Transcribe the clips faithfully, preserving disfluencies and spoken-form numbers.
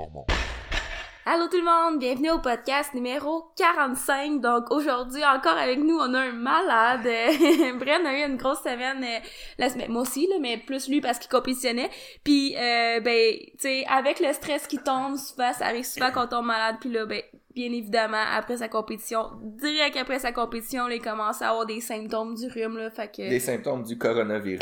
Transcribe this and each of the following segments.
performance. Allô tout le monde, bienvenue au podcast numéro quarante-cinq. Donc aujourd'hui encore avec nous, on a un malade. Bren a eu une grosse semaine euh, la semaine, moi aussi là, mais plus lui parce qu'il compétitionnait. Puis euh, ben tu sais avec le stress qui tombe, souvent ça arrive souvent qu'on tombe malade. Puis là ben bien évidemment après sa compétition, direct après sa compétition, là, il commence à avoir des symptômes du rhume là, fait que des symptômes du coronavirus.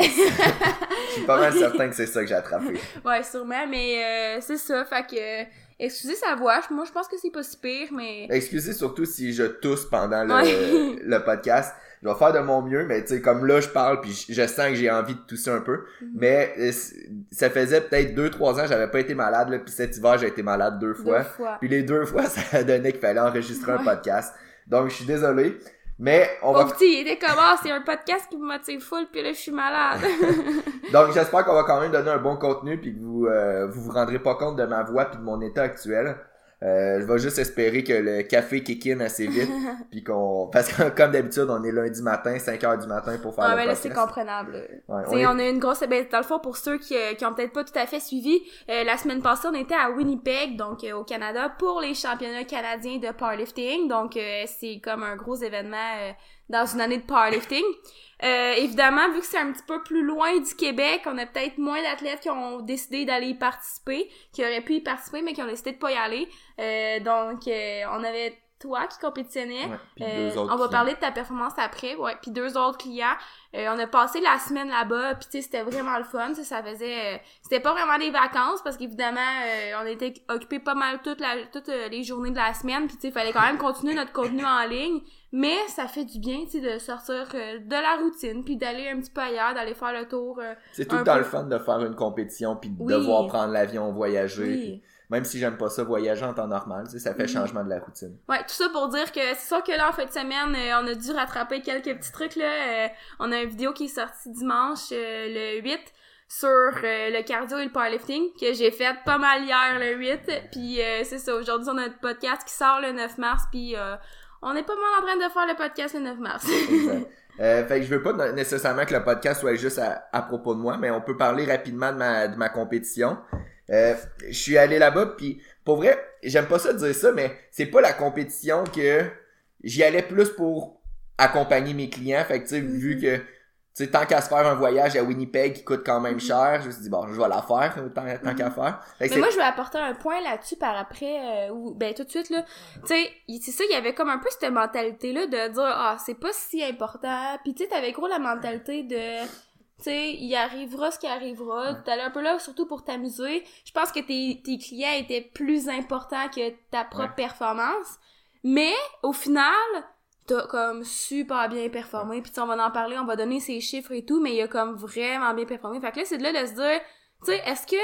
Je suis pas mal certain que c'est ça que j'ai attrapé. Ouais, sûrement, mais euh, c'est ça, fait que excusez sa voix, moi je pense que c'est pas si pire, mais... Excusez surtout si je tousse pendant le, ouais. le podcast. Je vais faire de mon mieux, mais tu sais, comme là, je parle, puis je, je sens que j'ai envie de tousser un peu. Mm-hmm. Mais euh, ça faisait peut-être deux trois ans, j'avais pas été malade, là, puis cet hiver, j'ai été malade deux fois. Deux fois. Puis les deux fois, ça donnait qu'il fallait enregistrer ouais. un podcast. Donc, je suis désolé. Mais on Pauvre va... petit, il était comme, ah, c'est un podcast qui me motive full, puis là, je suis malade. Donc, j'espère qu'on va quand même donner un bon contenu, puis que vous euh, vous vous rendrez pas compte de ma voix puis de mon état actuel. Euh, je vais juste espérer que le café kick in assez vite, puis qu'on... Parce que comme d'habitude, on est lundi matin, cinq heures du matin pour faire ah, le ben podcast. là, c'est comprenable. Ouais, on, est... on a une grosse... Ben, dans le fond, pour ceux qui, euh, qui ont peut-être pas tout à fait suivi, euh, la semaine passée, on était à Winnipeg, donc euh, au Canada, pour les championnats canadiens de powerlifting. Donc, euh, c'est comme un gros événement euh, dans une année de powerlifting. Euh, évidemment, vu que c'est un petit peu plus loin du Québec, on a peut-être moins d'athlètes qui ont décidé d'aller y participer, qui auraient pu y participer, mais qui ont décidé de pas y aller. Euh, donc, euh, on avait toi qui compétitionnais. Ouais, euh, on va clients. parler de ta performance après. Ouais, puis deux autres clients. Euh, on a passé la semaine là-bas, puis tu sais, c'était vraiment le fun. Ça, ça faisait... Euh, c'était pas vraiment des vacances, parce qu'évidemment, euh, on était occupés pas mal toute la, toutes euh, les journées de la semaine, puis tu sais, il fallait quand même continuer notre contenu en ligne. Mais ça fait du bien, tu sais, de sortir euh, de la routine, puis d'aller un petit peu ailleurs, d'aller faire le tour. Euh, c'est tout le temps peu... le fun de faire une compétition, puis de oui. devoir prendre l'avion, voyager. Oui. Puis... Même si j'aime pas ça, voyager en temps normal, tu sais, ça fait mmh. changement de la routine. Ouais, tout ça pour dire que c'est sûr que là, en fin de semaine, euh, on a dû rattraper quelques petits trucs, là. Euh, on a une vidéo qui est sortie dimanche, euh, le huit, sur euh, le cardio et le powerlifting, que j'ai fait pas mal hier, le huit. Puis euh, c'est ça, aujourd'hui, on a notre podcast qui sort le neuf mars, puis euh, on est pas mal en train de faire le podcast le neuf mars. Exact. Euh, fait que je veux pas nécessairement que le podcast soit juste à, à propos de moi, mais on peut parler rapidement de ma, de ma compétition. Euh, je suis allé là-bas, puis pour vrai, j'aime pas ça de dire ça, mais c'est pas la compétition que j'y allais plus pour accompagner mes clients. Fait que tu sais, mm-hmm. vu que tu sais, tant qu'à se faire un voyage à Winnipeg qui coûte quand même mm-hmm. cher, je me suis dit bon, je vais la faire tant, tant mm-hmm. qu'à faire. Fait que mais c'est... moi, je vais apporter un point là-dessus par après, euh, ou ben tout de suite là. Tu sais, c'est ça, il y avait comme un peu cette mentalité-là de dire ah c'est pas si important. Puis tu sais, t'avais gros la mentalité de tu sais, il arrivera ce qui arrivera. Ouais. T'allais un peu là, surtout pour t'amuser. Je pense que tes, tes clients étaient plus importants que ta propre ouais. performance. Mais, au final, t'as comme super bien performé. Puis on va en parler, on va donner ses chiffres et tout, mais il a comme vraiment bien performé. Fait que là, c'est de là de se dire, tu sais, est-ce que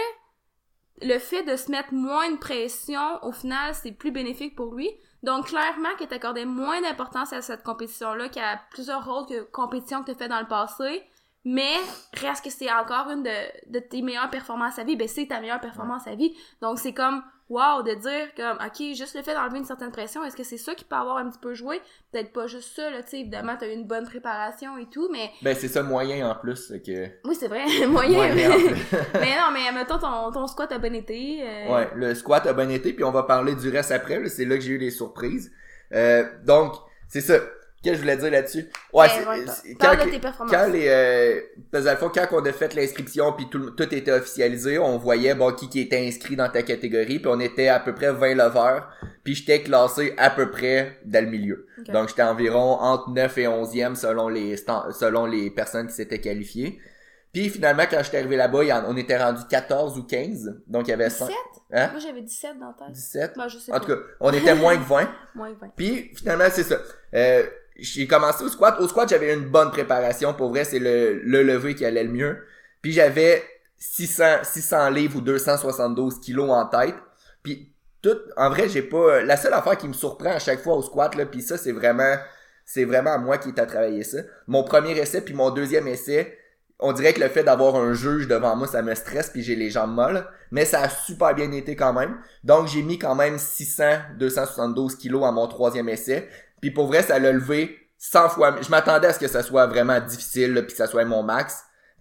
le fait de se mettre moins de pression, au final, c'est plus bénéfique pour lui? Donc, clairement que t'accordais moins d'importance à cette compétition-là qu'à plusieurs autres compétitions que t'as fait dans le passé. Mais, reste que c'est encore une de, de tes meilleures performances à vie, ben c'est ta meilleure performance à vie. Donc, c'est comme, wow, de dire comme, ok, juste le fait d'enlever une certaine pression, est-ce que c'est ça qui peut avoir un petit peu joué? Peut-être pas juste ça, là, tu sais, évidemment, t'as eu une bonne préparation et tout, mais... Ben, c'est ça, moyen en plus, que... Oui, c'est vrai, moyen. moyen en plus. Mais non, mais mettons, ton, ton squat a bien été. Euh... Ouais, le squat a bien été, puis on va parler du reste après, là, c'est là que j'ai eu les surprises. Euh, donc, c'est ça. Qu'est-ce que je voulais dire là-dessus? Ouais, ben, ouais c'est, quand, quand, de tes performances. quand les, euh, parce que quand on a fait l'inscription puis tout, tout était officialisé, on voyait, bon, qui qui était inscrit dans ta catégorie, puis on était à peu près vingt lovers, puis j'étais classé à peu près dans le milieu. Okay. Donc, j'étais environ entre neuf et onzième selon les, selon les personnes qui s'étaient qualifiées. Puis finalement, quand j'étais arrivé là-bas, il y en, on était rendu quatorze ou quinze. Donc, il y avait dix-sept? cinq. Hein? Moi, j'avais dix-sept dans ta tête. dix-sept? Ben, je sais en pas. tout cas, on était moins que vingt. Moins que vingt. Puis finalement, c'est ça. Euh, j'ai commencé au squat. Au squat, j'avais une bonne préparation. Pour vrai, c'est le, le lever qui allait le mieux. Puis j'avais six cents, six cents livres ou deux cent soixante-douze kilos en tête. Puis tout, en vrai, j'ai pas... La seule affaire qui me surprend à chaque fois au squat, là, puis ça, c'est vraiment... C'est vraiment à moi qui est à travailler ça. Mon premier essai puis mon deuxième essai, on dirait que le fait d'avoir un juge devant moi, ça me stresse puis j'ai les jambes molles. Mais ça a super bien été quand même. Donc, j'ai mis quand même six cents, deux cent soixante-douze kilos à mon troisième essai. Puis pour vrai, ça l'a levé cent fois. Je m'attendais à ce que ça soit vraiment difficile, là, puis que ça soit mon max. Puis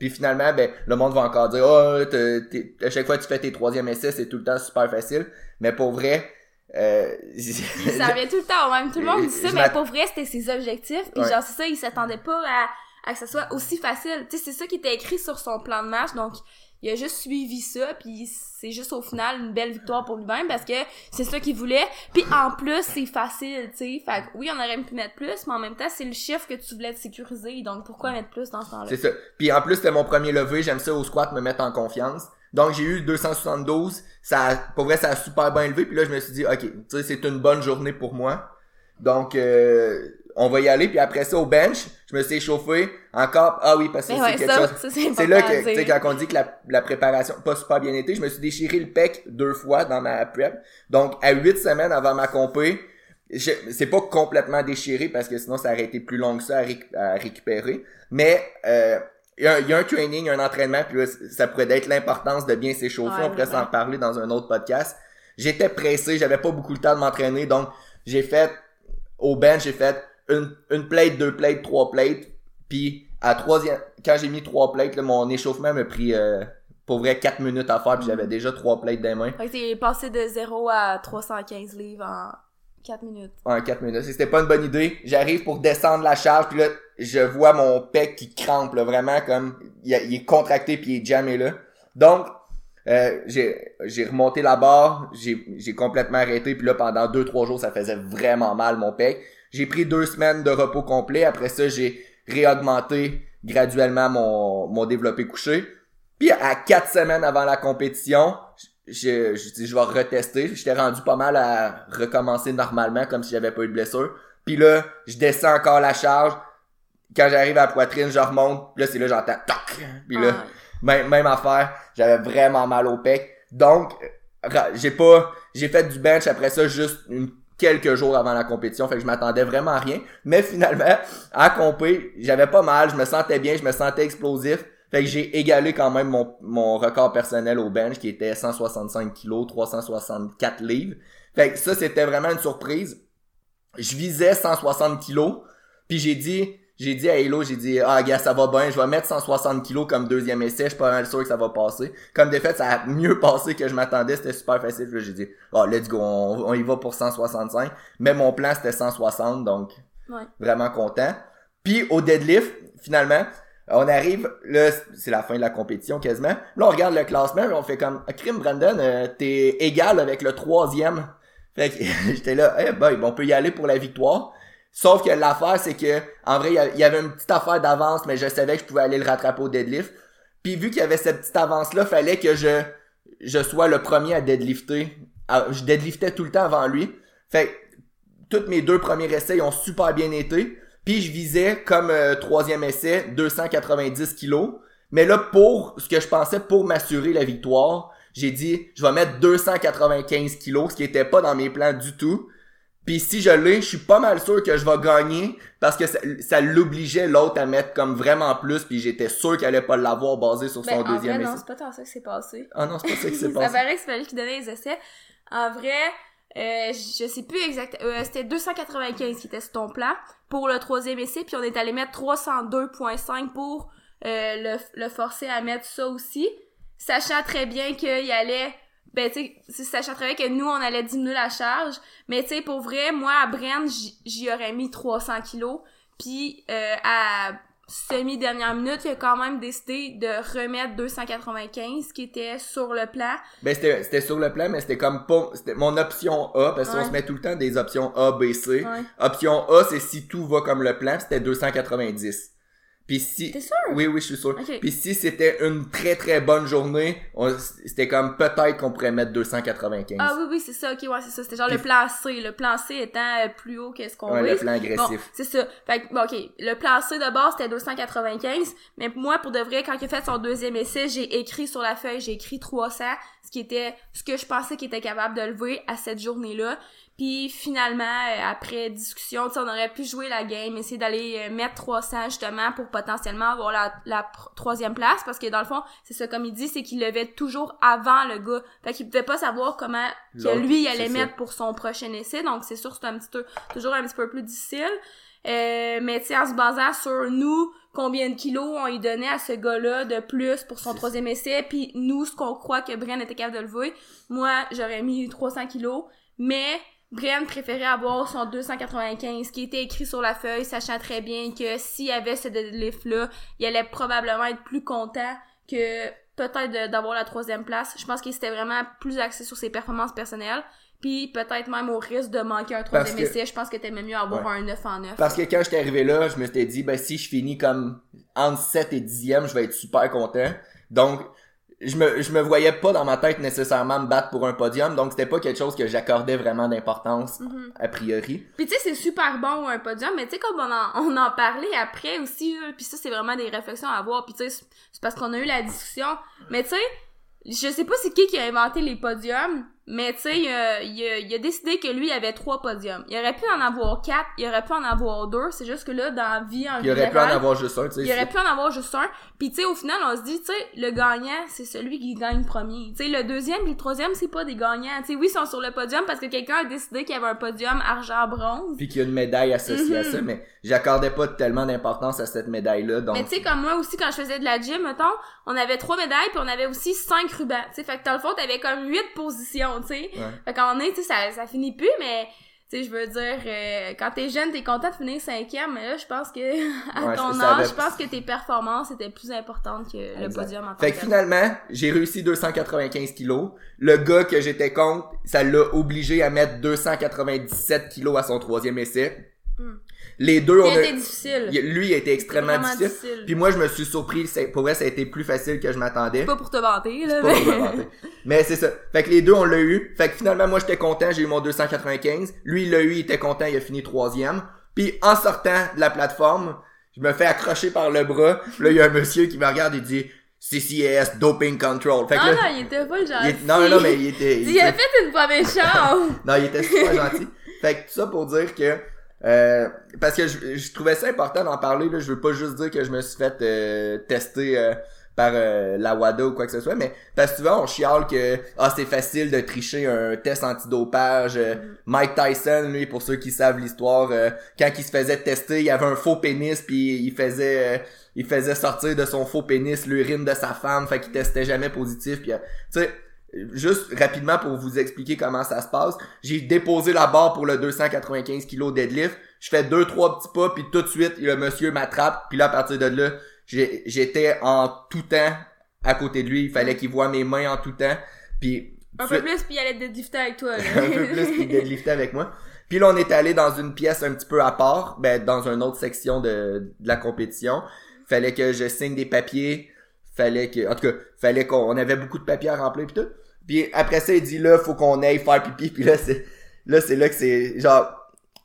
Puis finalement, ben, le monde va encore dire, oh, t'es, t'es, à chaque fois que tu fais tes troisième essais, c'est tout le temps super facile. Mais pour vrai, euh, ça revient tout le temps au même. Tout le monde dit ça, mais pour vrai, c'était ses objectifs. Puis ouais. genre, c'est ça, il s'attendait pas à, à que ça soit aussi facile. Tu sais, c'est ça qui était écrit sur son plan de match. Donc, il a juste suivi ça, puis c'est juste au final une belle victoire pour lui-même parce que c'est ça qu'il voulait. Puis en plus, c'est facile, tu sais. Fait que oui, on aurait pu mettre plus, mais en même temps, c'est le chiffre que tu voulais te sécuriser. Donc pourquoi mettre plus dans ce temps-là? C'est ça. Puis en plus, c'était mon premier levé. J'aime ça au squat, me mettre en confiance. Donc j'ai eu deux cent soixante-douze. Ça a, pour vrai, ça a super bien élevé. Puis là, je me suis dit, ok, tu sais, c'est une bonne journée pour moi. Donc euh, on va y aller. Puis après ça, au bench, je me suis échauffé encore. Ah oui, parce que mais c'est ouais, quelque ça, chose. Ça, c'est, c'est là que, tu sais, quand on dit que la, la préparation pas super bien été, je me suis déchiré le pec deux fois dans ma prep. Donc, à huit semaines avant ma compé, je, c'est pas complètement déchiré parce que sinon ça aurait été plus long que ça à, ré, à récupérer. Mais, euh, il y, a, il y a un training, un entraînement, puis là, ça pourrait être l'importance de bien s'échauffer. Ouais, on pourrait s'en parler dans un autre podcast. J'étais pressé, j'avais pas beaucoup le temps de m'entraîner, donc j'ai fait, au bench, j'ai fait une, une plate, deux plates, trois plates, puis à troisième, quand j'ai mis trois plates, là, mon échauffement m'a pris, euh, pour vrai, quatre minutes à faire, puis j'avais déjà trois plates dans les mains. Fait que t'es passé de zéro à trois cent quinze livres en quatre minutes. En quatre minutes. C'était pas une bonne idée. J'arrive pour descendre la charge, puis là, je vois mon pec qui crampe, là, vraiment, comme, il, a, il est contracté puis il est jammé là. Donc, euh, j'ai, j'ai remonté la barre, j'ai, j'ai complètement arrêté, puis là, pendant deux, trois jours, ça faisait vraiment mal, mon pec. J'ai pris deux semaines de repos complet. Après ça, j'ai réaugmenté graduellement mon, mon développé couché. Puis à quatre semaines avant la compétition, je, je dis je vais retester. J'étais rendu pas mal à recommencer normalement comme si j'avais pas eu de blessure. Puis là, je descends encore la charge. Quand j'arrive à la poitrine, je remonte. Puis là, c'est là j'entends toc. Puis là, ah. même, même affaire. J'avais vraiment mal au pec. Donc, j'ai pas, j'ai fait du bench après ça juste une quelques jours avant la compétition, fait que je m'attendais vraiment à rien, mais finalement, à compé, j'avais pas mal, je me sentais bien, je me sentais explosif, fait que j'ai égalé quand même mon, mon record personnel au bench, qui était cent soixante-cinq kilos, trois cent soixante-quatre livres, fait que ça, c'était vraiment une surprise. Je visais cent soixante kilos, puis j'ai dit, j'ai dit à Hello, j'ai dit, ah, gars, ça va bien, je vais mettre cent soixante kilos comme deuxième essai, je suis pas mal sûr que ça va passer. Comme de fait, ça a mieux passé que je m'attendais, c'était super facile. Là, j'ai dit, oh, let's go, on, on y va pour cent soixante-cinq. Mais mon plan, c'était cent soixante, donc, ouais. Vraiment content. Puis, au deadlift, finalement, on arrive, là, c'est la fin de la compétition quasiment. Là, on regarde le classement, on fait comme, crime, Brandon, euh, t'es égal avec le troisième. Fait que, j'étais là, eh, hey, boy, on peut y aller pour la victoire. Sauf que l'affaire, c'est que, en vrai, il y avait une petite affaire d'avance, mais je savais que je pouvais aller le rattraper au deadlift. Puis vu qu'il y avait cette petite avance-là, fallait que je, je sois le premier à deadlifter. Je deadliftais tout le temps avant lui. Fait que, tous mes deux premiers essais, ils ont super bien été. Puis je visais, comme euh, troisième essai, deux cent quatre-vingt-dix kilos. Mais là, pour ce que je pensais, pour m'assurer la victoire, j'ai dit, je vais mettre deux cent quatre-vingt-quinze kilos, ce qui était pas dans mes plans du tout. Puis si je l'ai, je suis pas mal sûr que je vais gagner parce que ça, ça l'obligeait l'autre à mettre comme vraiment plus, puis j'étais sûr qu'elle allait pas l'avoir basé sur son ben, deuxième vrai, essai. Non, c'est pas tant ça que c'est passé. Ah non, c'est pas ça qui s'est passé. Ça paraît que c'est fallait qu'il donnait les essais. En vrai, euh, je sais plus exactement, euh, c'était deux cent quatre-vingt-quinze qui était sur ton plan pour le troisième essai, puis on est allé mettre trois cent deux virgule cinq pour euh, le, le forcer à mettre ça aussi, sachant très bien qu'il allait... Ben, tu sais, sachant très bien que nous, on allait diminuer la charge. Mais, tu sais, pour vrai, moi, à Brenne, j'y aurais mis trois cents kilos. Puis, euh, à semi-dernière minute, il a quand même décidé de remettre deux cent quatre-vingt-quinze qui était sur le plan. Ben, c'était, c'était sur le plan, mais c'était comme pas... C'était mon option A, parce qu'on ouais. se met tout le temps des options A, B, C. Ouais. Option A, c'est si tout va comme le plan, c'était deux cent quatre-vingt-dix. Puis si... T'es sûr? Oui, oui, je suis sûr. Okay. Puis si c'était une très très bonne journée, on... c'était comme peut-être qu'on pourrait mettre deux cent quatre-vingt-quinze. Ah oui, oui, c'est ça, ok, ouais, c'est ça. C'était genre Puis... le plan C. Le plan C étant plus haut que ce qu'on ouais, vise. le plan agressif. Bon, c'est ça. Fait que, bon, ok, le plan C de base, c'était deux cent quatre-vingt-quinze. Mais moi, pour de vrai, quand il a fait son deuxième essai, j'ai écrit sur la feuille, j'ai écrit trois cents, ce qui était ce que je pensais qu'il était capable de lever à cette journée-là. Puis finalement, euh, après discussion, tu sais, on aurait pu jouer la game, essayer d'aller euh, mettre trois cents justement pour potentiellement avoir la, la pr- troisième place, parce que dans le fond, c'est ça comme il dit, c'est qu'il levait toujours avant le gars. Fait qu'il pouvait pas savoir comment que lui il allait mettre ça pour son prochain essai, donc c'est sûr c'est un petit peu toujours un petit peu plus difficile. Euh, mais tu sais, en se basant sur nous, combien de kilos on lui donnait à ce gars-là de plus pour son troisième essai, puis nous, ce qu'on croit que Bren était capable de lever, moi, j'aurais mis trois cents kilos, mais Bren préférait avoir son deux cent quatre-vingt-quinze qui était écrit sur la feuille, sachant très bien que s'il y avait ce deadlift-là, il allait probablement être plus content que peut-être de, d'avoir la troisième place. Je pense qu'il s'était vraiment plus axé sur ses performances personnelles, puis peut-être même au risque de manquer un troisième essai. Je pense que t'aimais mieux avoir ouais. un neuf en neuf. Parce que quand j'étais arrivé là, je me suis dit, ben si je finis comme entre sept et dixième, je vais être super content. Donc, je me je me voyais pas dans ma tête nécessairement me battre pour un podium, donc c'était pas quelque chose que j'accordais vraiment d'importance mm-hmm. a priori. Puis tu sais, c'est super bon un podium, mais tu sais, comme on en, on en parlait après aussi, puis ça c'est vraiment des réflexions à avoir, puis tu sais, c'est parce qu'on a eu la discussion, mais tu sais, je sais pas c'est qui qui a inventé les podiums, mais tu sais, il a, il, a, il a décidé que lui, il avait trois podiums. Il aurait pu en avoir quatre, il aurait pu en avoir deux, c'est juste que là, dans la vie en il général... Il aurait pu en avoir juste un, tu sais. Il aurait pu en avoir juste un, puis tu sais, au final, on se dit, tu sais, le gagnant, c'est celui qui gagne premier. Tu sais, le deuxième et le troisième, c'est pas des gagnants. Tu sais, oui, ils sont sur le podium parce que quelqu'un a décidé qu'il y avait un podium argent-bronze. Puis qu'il y a une médaille associée mm-hmm. à ça, mais j'accordais pas tellement d'importance à cette médaille-là, donc... Mais tu sais, comme moi aussi, quand je faisais de la gym, mettons, on avait trois médailles, puis on avait aussi cinq rubans, tu sais, fait que dans le fond, t'avais comme huit positions, tu sais. Ouais. Quand on est, tu sais, ça, ça finit plus, mais, tu sais, je veux dire, euh, quand t'es jeune, t'es content de finir cinquième, mais là, je pense que, à ouais, ton âge, je pense que tes performances étaient plus importantes que exact. Le podium en tant que Fait que finalement, j'ai réussi deux cent quatre-vingt-quinze kilos. Le gars que j'étais contre, ça l'a obligé à mettre deux cent quatre-vingt-dix-sept kilos à son troisième essai. Mm. Les deux, on a... été difficile. Lui, il a été extrêmement difficile. difficile. Puis moi, je me suis surpris. Pour vrai, ça a été plus facile que je m'attendais. C'est pas pour te vanter, là. C'est mais... pas pour te vanter. Mais c'est ça. Fait que les deux, on l'a eu. Fait que finalement, moi, j'étais content. J'ai eu mon deux cent quatre-vingt-quinze. Lui, il l'a eu. Il était content. Il a fini troisième. Puis en sortant de la plateforme, je me fais accrocher par le bras. Là, il y a un monsieur qui me regarde et dit... C C S Doping Control. Fait que non, là, non, il était pas gentil. Il, non, non, mais il était... Il, il a fait une pas méchante. Non, il était super gentil. Fait que tout ça pour dire que... Euh, parce que je, je trouvais ça important d'en parler, là. Je veux pas juste dire que je me suis fait euh, tester euh, par euh, la WADA ou quoi que ce soit, mais parce que souvent on chiale que ah c'est facile de tricher un test antidopage. Euh, mm-hmm. Mike Tyson, lui, pour ceux qui savent l'histoire, euh, quand il se faisait tester, il avait un faux pénis puis il faisait euh, il faisait sortir de son faux pénis l'urine de sa femme, fait qu'il testait jamais positif. Puis euh, tu sais, juste rapidement pour vous expliquer comment ça se passe, j'ai déposé la barre pour le deux cent quatre-vingt-quinze kilos deadlift, je fais deux trois petits pas, puis tout de suite le monsieur m'attrape, puis là à partir de là j'ai, j'étais en tout temps à côté de lui, il fallait qu'il voie mes mains en tout temps, puis un peu plus puis il allait deadlifter avec toi là. Un peu plus puis deadlifter avec moi. Puis là on est allé dans une pièce un petit peu à part, ben dans une autre section de, de la compétition, fallait que je signe des papiers, fallait que en tout cas fallait qu'on on avait beaucoup de papiers à remplir puis tout. Puis après ça, il dit là, faut qu'on aille faire pipi. Puis là, c'est là, c'est là que c'est genre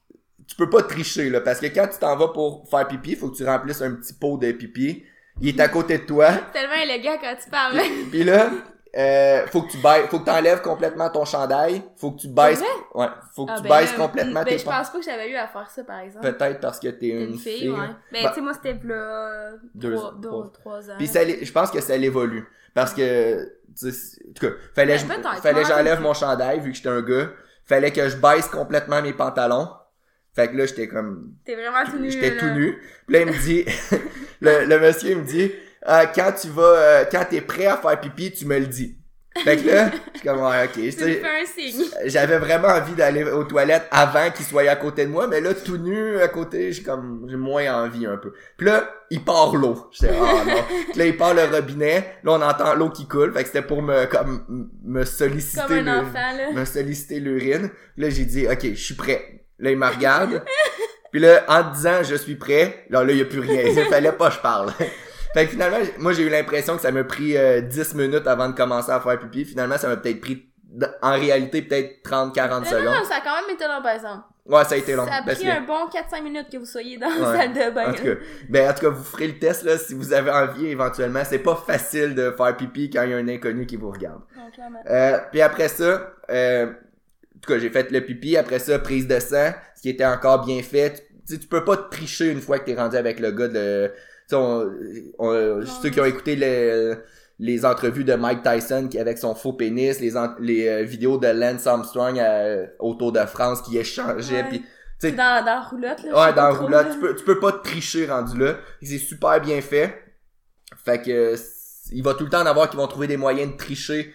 tu peux pas tricher là, parce que quand tu t'en vas pour faire pipi, faut que tu remplisses un petit pot de pipi. Il est à côté de toi. C'est tellement élégant quand tu parles. Puis, puis là, euh, faut que tu baisses, faut que t'enlèves complètement ton chandail. Faut que tu baisses, ouais, faut que ah, tu ben, baisses complètement ben, tes je pense pas que j'avais eu à faire ça par exemple. Peut-être parce que t'es une, une fille. fille. Ouais. Ben bah, tu sais moi c'était là deux, trois, deux, trois. trois ans. Puis ça, je pense que ça l'évolue parce que en tout cas, fallait ben, je, fallait j'enlève mon chandail vu que j'étais un gars. Fallait que je baisse complètement mes pantalons. Fait que là, j'étais comme... T'es vraiment tout nu, J'étais là. tout nu. Puis là, il me dit... le, le monsieur, il me dit... Euh, quand tu vas... Euh, quand t'es prêt à faire pipi, tu me le dis. Fait que là, je suis comme... Ouais, OK. Tu me fais un signe. J'avais vraiment envie d'aller aux toilettes avant qu'il soit à côté de moi. Mais là, tout nu à côté, j'ai comme... J'ai moins envie un peu. Puis là, il part l'eau. J'étais... Ah non. Puis là, il part le robinet. Là, on entend l'eau qui coule. Fait que c'était pour me... comme... Me solliciter... Comme un enfant, là. Me solliciter l'urine. Là, j'ai dit... OK, je suis prêt. Là, il me regarde. Puis là, en disant je suis prêt, là, là, il y a plus rien. Il fallait pas que je parle. Fait que finalement, moi, j'ai eu l'impression que ça m'a pris euh, dix minutes avant de commencer à faire pipi. Finalement, ça m'a peut-être pris, en réalité, peut-être trente à quarante secondes. Non, non, ça a quand même été long, par exemple. Ouais, ça a été long. Ça a pris que... un bon quatre à cinq minutes que vous soyez dans ouais. la salle de bain. En tout cas, ben, en tout cas, vous ferez le test, là, si vous avez envie, éventuellement. C'est pas facile de faire pipi quand il y a un inconnu qui vous regarde. Donc, euh, puis après ça, euh, en tout cas, j'ai fait le pipi. Après ça, prise de sang, ce qui était encore bien fait. Tu sais, tu peux pas te tricher une fois que t'es rendu avec le gars de... Tu sais, on, on, ceux qui ont écouté les, les entrevues de Mike Tyson qui avec son faux pénis, les, les euh, vidéos de Lance Armstrong à, au Tour de France qui échangeait, ouais. Puis T'sais, dans, dans la roulotte, là. Ouais, dans la roulotte. Tu peux, tu peux pas tricher rendu là. C'est super bien fait. Fait que, il va tout le temps en avoir qui vont trouver des moyens de tricher.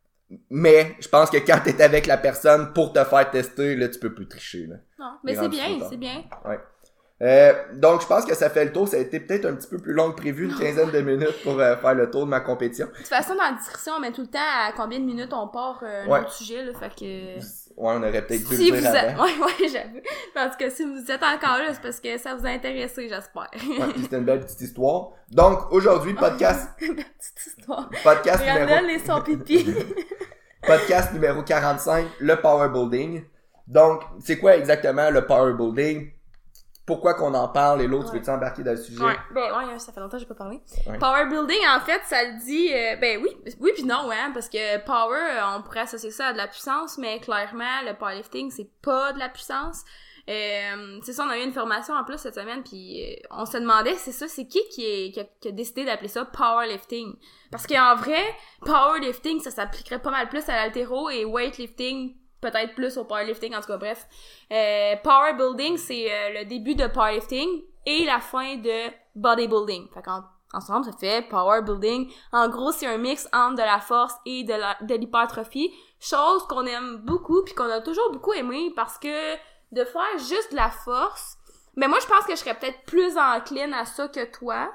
Mais, je pense que quand t'es avec la personne pour te faire tester, là, tu peux plus tricher, là. Non, mais c'est bien, c'est bien. Ouais. Euh, donc, je pense que ça fait le tour. Ça a été peut-être un petit peu plus long que prévu, une quinzaine de minutes pour euh, faire le tour de ma compétition. De toute façon, dans la description, on met tout le temps à combien de minutes on part euh, un ouais. autre sujet, là, fait que... Ouais, on aurait peut-être dû si le dire vous avant. êtes... Ouais, ouais, j'avoue. En tout cas, si vous êtes encore là, c'est parce que ça vous a intéressé, j'espère. Ouais, puis c'était une belle petite histoire. Donc, aujourd'hui, podcast... Belle petite histoire. Podcast Randall numéro... et son pipi. Podcast numéro quarante-cinq, le power building. Donc, c'est quoi exactement le power building? Pourquoi qu'on en parle et l'autre, ouais. Tu veux-tu embarquer dans le sujet? Ouais, ben ouais, ça fait longtemps que j'ai pas parlé. Ouais. Power building, en fait, ça le dit, euh, ben oui, oui puis non, hein, parce que power, on pourrait associer ça à de la puissance, mais clairement, le powerlifting, c'est pas de la puissance. Euh, c'est ça, on a eu une formation en plus cette semaine, puis euh, on se demandait, c'est ça, c'est qui qui, est, qui, a, qui a décidé d'appeler ça powerlifting? Parce qu'en vrai, powerlifting, ça s'appliquerait pas mal plus à l'haltéro et weightlifting, peut-être plus au powerlifting, en tout cas, bref. Euh, power building, c'est euh, le début de powerlifting et la fin de bodybuilding. Fait qu'en ensemble, ça fait power building. En gros, c'est un mix entre de la force et de la de l'hypertrophie, chose qu'on aime beaucoup puis qu'on a toujours beaucoup aimé parce que de faire juste de la force, mais moi, je pense que je serais peut-être plus encline à ça que toi.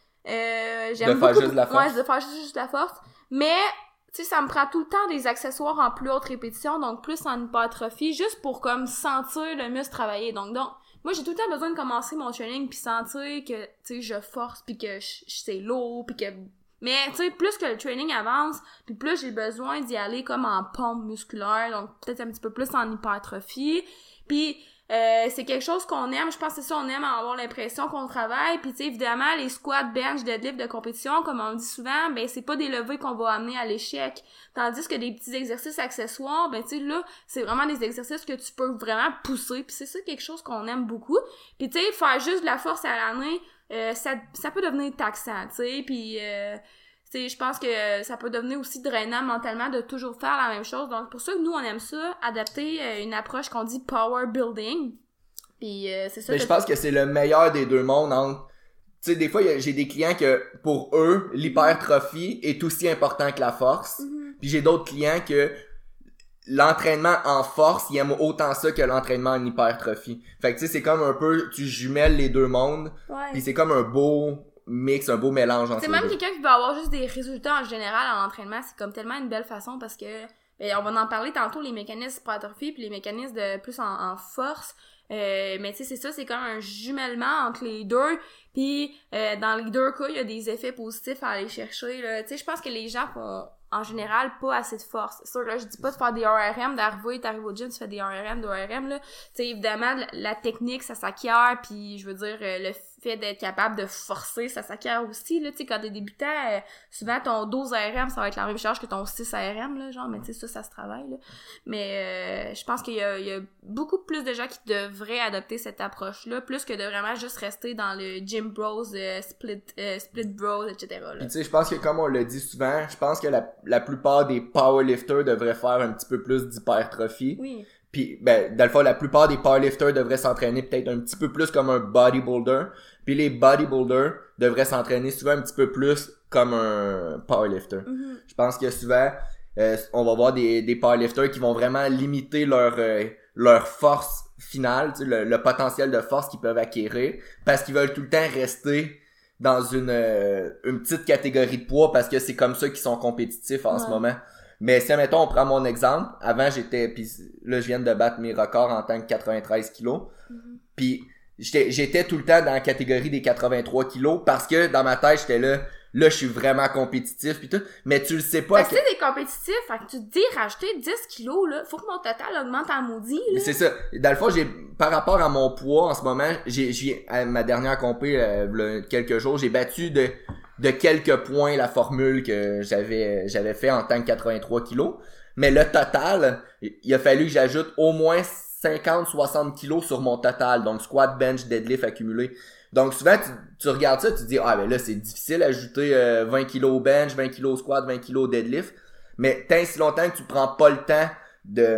Euh, j'aime de beaucoup, faire juste de la force. Ouais, de faire juste, juste de la force. Mais tu sais, ça me prend tout le temps des accessoires en plus haute répétition, donc plus en hypertrophie, juste pour comme sentir le muscle travailler. Donc, donc moi, j'ai tout le temps besoin de commencer mon training puis sentir que, tu sais, je force puis que je, je, c'est lourd puis que... Mais, tu sais, plus que le training avance, puis plus j'ai besoin d'y aller comme en pompe musculaire, donc peut-être un petit peu plus en hypertrophie. Puis, euh, c'est quelque chose qu'on aime, je pense que c'est ça, on aime avoir l'impression qu'on travaille, puis tu sais, évidemment, les squats, bench, deadlift de compétition, comme on dit souvent, ben c'est pas des levées qu'on va amener à l'échec, tandis que des petits exercices accessoires, ben tu sais, là, c'est vraiment des exercices que tu peux vraiment pousser, puis c'est ça quelque chose qu'on aime beaucoup, puis tu sais, faire juste de la force à l'année, euh, ça, ça peut devenir taxant, tu sais, puis... Euh, Tu sais, je pense que ça peut devenir aussi drainant mentalement de toujours faire la même chose. Donc, pour ça que nous, on aime ça, adapter euh, une approche qu'on dit power building. Puis, euh, c'est ça. Mais je pense que c'est le meilleur des deux mondes entre... Tu sais, des fois, y a, j'ai des clients que, pour eux, l'hypertrophie est aussi important que la force. Mm-hmm. Puis j'ai d'autres clients que l'entraînement en force, ils aiment autant ça que l'entraînement en hypertrophie. Fait que, tu sais, c'est comme un peu... Tu jumelles les deux mondes. Ouais. Puis c'est comme un beau... mix, un beau mélange entre c'est même quelqu'un qui veut avoir juste des résultats en général en entraînement, c'est comme tellement une belle façon parce que ben, on va en parler tantôt, les mécanismes hypertrophie puis les mécanismes de plus en, en force, euh, mais tu sais c'est ça, c'est comme un jumellement entre les deux, puis euh, dans les deux cas il y a des effets positifs à aller chercher, tu sais je pense que les gens font en général pas assez de force. C'est sûr, là, je dis pas de faire des R R M, d'arriver, t'arrives au gym, tu fais des R R M, des R R M, là. Tu sais, évidemment, la, la technique, ça s'acquiert, puis je veux dire, euh, le fait d'être capable de forcer, ça s'acquiert aussi, là. Tu sais, quand t'es débutant, euh, souvent, ton douze R R M, ça va être la même charge que ton six R R M, là, genre, mais tu sais, ça, ça se travaille, là. Mais euh, je pense qu'il y a, il y a beaucoup plus de gens qui devraient adopter cette approche-là, plus que de vraiment juste rester dans le gym bros, euh, split, euh, split bros, et cetera, là. Tu sais, je pense que comme on le dit souvent, je pense que la la plupart des powerlifters devraient faire un petit peu plus d'hypertrophie. Oui. Puis, ben, dans le fond, la plupart des powerlifters devraient s'entraîner peut-être un petit peu plus comme un bodybuilder. Puis les bodybuilders devraient s'entraîner souvent un petit peu plus comme un powerlifter. Mm-hmm. Je pense que souvent, euh, on va voir des, des powerlifters qui vont vraiment limiter leur, euh, leur force finale, tu sais, le, le potentiel de force qu'ils peuvent acquérir, parce qu'ils veulent tout le temps rester dans une euh, une petite catégorie de poids parce que c'est comme ça qu'ils sont compétitifs en ouais. ce moment. Mais si, mettons, on prend mon exemple, avant j'étais, puis là je viens de battre mes records en tant que quatre-vingt-treize kilos, mm-hmm. puis j'étais, j'étais tout le temps dans la catégorie des quatre-vingt-trois kilos parce que dans ma tête j'étais là, là je suis vraiment compétitif pis tout, mais tu le sais pas. Parce que t'es compétitif, fait que tu te dis rajouter dix kilos là, faut que mon total augmente en maudit là. C'est ça. Dans le fond, j'ai par rapport à mon poids en ce moment, j'ai j'ai à ma dernière compé euh, quelques jours, j'ai battu de de quelques points la formule que j'avais j'avais fait en tant que quatre-vingt-trois kilos, mais le total, il a fallu que j'ajoute au moins cinquante à soixante kilos sur mon total, donc squat, bench, deadlift accumulé. Donc souvent tu, tu regardes ça, tu te dis ah ben là c'est difficile d'ajouter euh, vingt kilos au bench, vingt kilos au squat, vingt kilos au deadlift, mais tant si longtemps que tu prends pas le temps de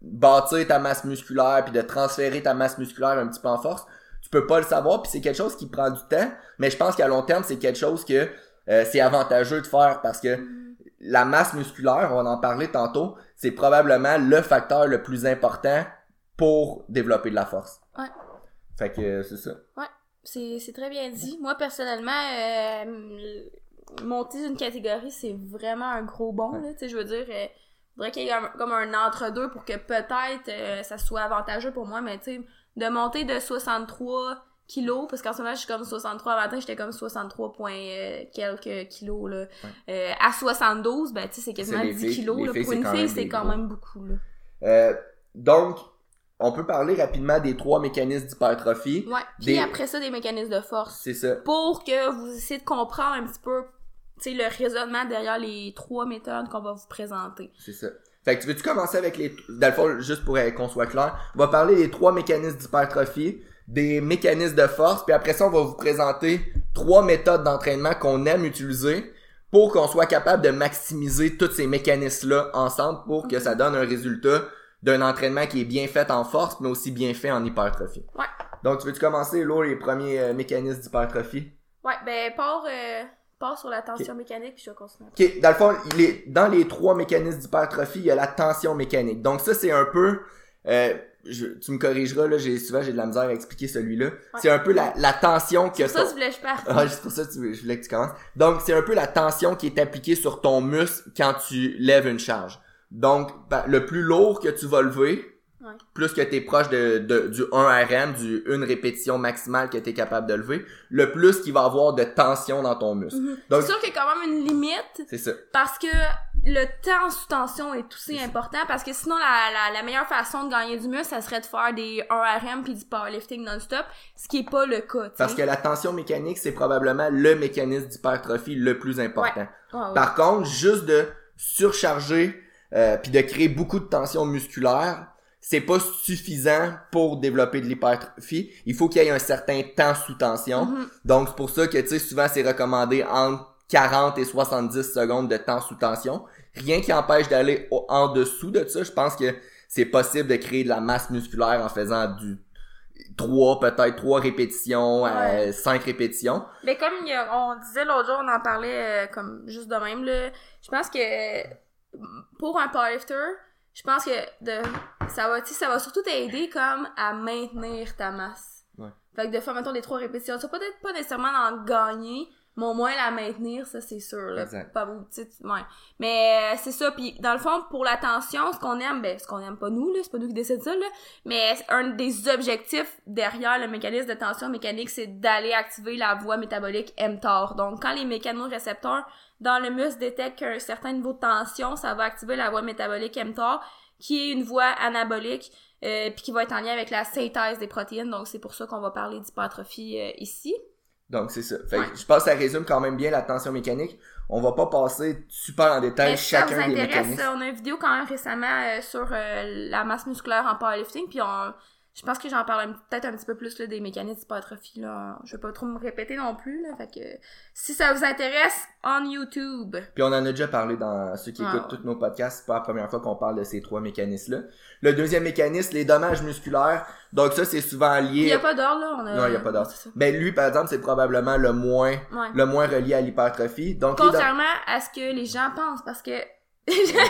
bâtir ta masse musculaire puis de transférer ta masse musculaire un petit peu en force, tu peux pas le savoir puis c'est quelque chose qui prend du temps, mais je pense qu'à long terme, c'est quelque chose que euh, c'est avantageux de faire parce que la masse musculaire, on en parlait tantôt, c'est probablement le facteur le plus important pour développer de la force. Ouais. Fait que euh, c'est ça. Ouais, c'est, c'est très bien dit. Moi, personnellement, euh, monter une catégorie, c'est vraiment un gros bond, là. Tu sais, je veux dire, euh, faudrait qu'il y ait un, comme un entre-deux pour que peut-être euh, ça soit avantageux pour moi, mais tu sais, de monter de soixante-trois kilos, parce qu'en ce moment, je suis comme soixante-trois, à matin, j'étais comme soixante-trois point euh, quelques kilos, là. Ouais. Euh, à soixante-douze, ben, tu sais, c'est quasiment c'est dix filles, kilos, là. Filles, pour une fille, c'est quand même beaucoup, là. Euh, donc, on peut parler rapidement des trois mécanismes d'hypertrophie. Ouais, puis des... après ça, des mécanismes de force. C'est ça. Pour que vous essayez de comprendre un petit peu, tu sais, le raisonnement derrière les trois méthodes qu'on va vous présenter. C'est ça. Fait que tu veux-tu commencer avec les... Dans le fond, juste pour qu'on soit clair, on va parler des trois mécanismes d'hypertrophie, des mécanismes de force, puis après ça, on va vous présenter trois méthodes d'entraînement qu'on aime utiliser pour qu'on soit capable de maximiser tous ces mécanismes-là ensemble pour que ça donne un résultat d'un entraînement qui est bien fait en force, mais aussi bien fait en hypertrophie. Ouais. Donc, tu veux-tu commencer, là, les premiers euh, mécanismes d'hypertrophie? Ouais, ben, part, euh, part sur la tension okay. mécanique, puis je vais continuer. OK. Dans le fond, il est, dans les trois mécanismes d'hypertrophie, il y a la tension mécanique. Donc, ça, c'est un peu... Euh, je, tu me corrigeras, là, j'ai, souvent, j'ai de la misère à expliquer celui-là. Ouais. C'est un peu la, la tension que... C'est pour ça ton... que je voulais que je parte. Ah, c'est pour ça que tu, je voulais que tu commences. Donc, c'est un peu la tension qui est appliquée sur ton muscle quand tu lèves une charge. Donc, le plus lourd que tu vas lever, ouais. plus que tu es proche de, de, du un R M, du une répétition maximale que tu es capable de lever, le plus qu'il va avoir de tension dans ton muscle. Mm-hmm. Donc, c'est sûr qu'il y a quand même une limite. C'est ça. Parce que le temps sous tension est aussi c'est important, ça. Parce que sinon, la, la, la meilleure façon de gagner du muscle, ça serait de faire des un R M puis du powerlifting non-stop, ce qui est pas le cas. T'sais. Parce que la tension mécanique, c'est probablement le mécanisme d'hypertrophie le plus important. Ouais. Oh, ouais. Par contre, juste de surcharger Euh, puis de créer beaucoup de tension musculaire, c'est pas suffisant pour développer de l'hypertrophie. Il faut qu'il y ait un certain temps sous tension. Mm-hmm. Donc, c'est pour ça que, tu sais, souvent, c'est recommandé entre quarante et soixante-dix secondes de temps sous tension. Rien qui empêche d'aller au- en dessous de ça. Je pense que c'est possible de créer de la masse musculaire en faisant du trois, peut-être trois répétitions, ouais. euh, cinq répétitions. Mais comme il y a, on disait l'autre jour, on en parlait euh, comme juste de même, là, je pense que pour un powerlifter, je pense que de ça va, tu sais, ça va surtout t'aider comme à maintenir ta masse. Ouais. Fait que de faire, mettons, des trois répétitions, ça peut peut-être pas nécessairement en gagner, mais au moins la maintenir, ça c'est sûr, là. Exact. Pas beau, tu sais, ouais. Mais euh, c'est ça, puis dans le fond, pour la tension, ce qu'on aime, ben, ce qu'on aime pas nous, là, c'est pas nous qui décide ça, là, mais un des objectifs derrière le mécanisme de tension mécanique, c'est d'aller activer la voie métabolique mTOR. Donc, quand les mécanorécepteurs dans le muscle détectent qu'un certain niveau de tension, ça va activer la voie métabolique mTOR, qui est une voie anabolique, euh, puis qui va être en lien avec la synthèse des protéines. Donc, c'est pour ça qu'on va parler d'hypertrophie euh, ici. Donc, c'est ça. Fait ouais. que je pense que ça résume quand même bien la tension mécanique. On va pas passer super en détail mais chacun ça vous des intéresse, mécanismes. On a une vidéo quand même récemment euh, sur euh, la masse musculaire en powerlifting, puis on... je pense que j'en parle un, peut-être un petit peu plus là, des mécanismes d'hypertrophie, là. Je vais pas trop me répéter non plus, là. Fait que si ça vous intéresse, on YouTube. Puis on en a déjà parlé dans ceux qui ah, écoutent ouais. tous nos podcasts. C'est pas la première fois qu'on parle de ces trois mécanismes-là. Le deuxième mécanisme, les dommages musculaires. Donc ça, c'est souvent lié... Il y a pas d'ordre, là. On a... Non, il y a pas d'ordre. Ben lui, par exemple, c'est probablement le moins ouais. le moins relié à l'hypertrophie. Donc contrairement do... à ce que les gens pensent, parce que lui,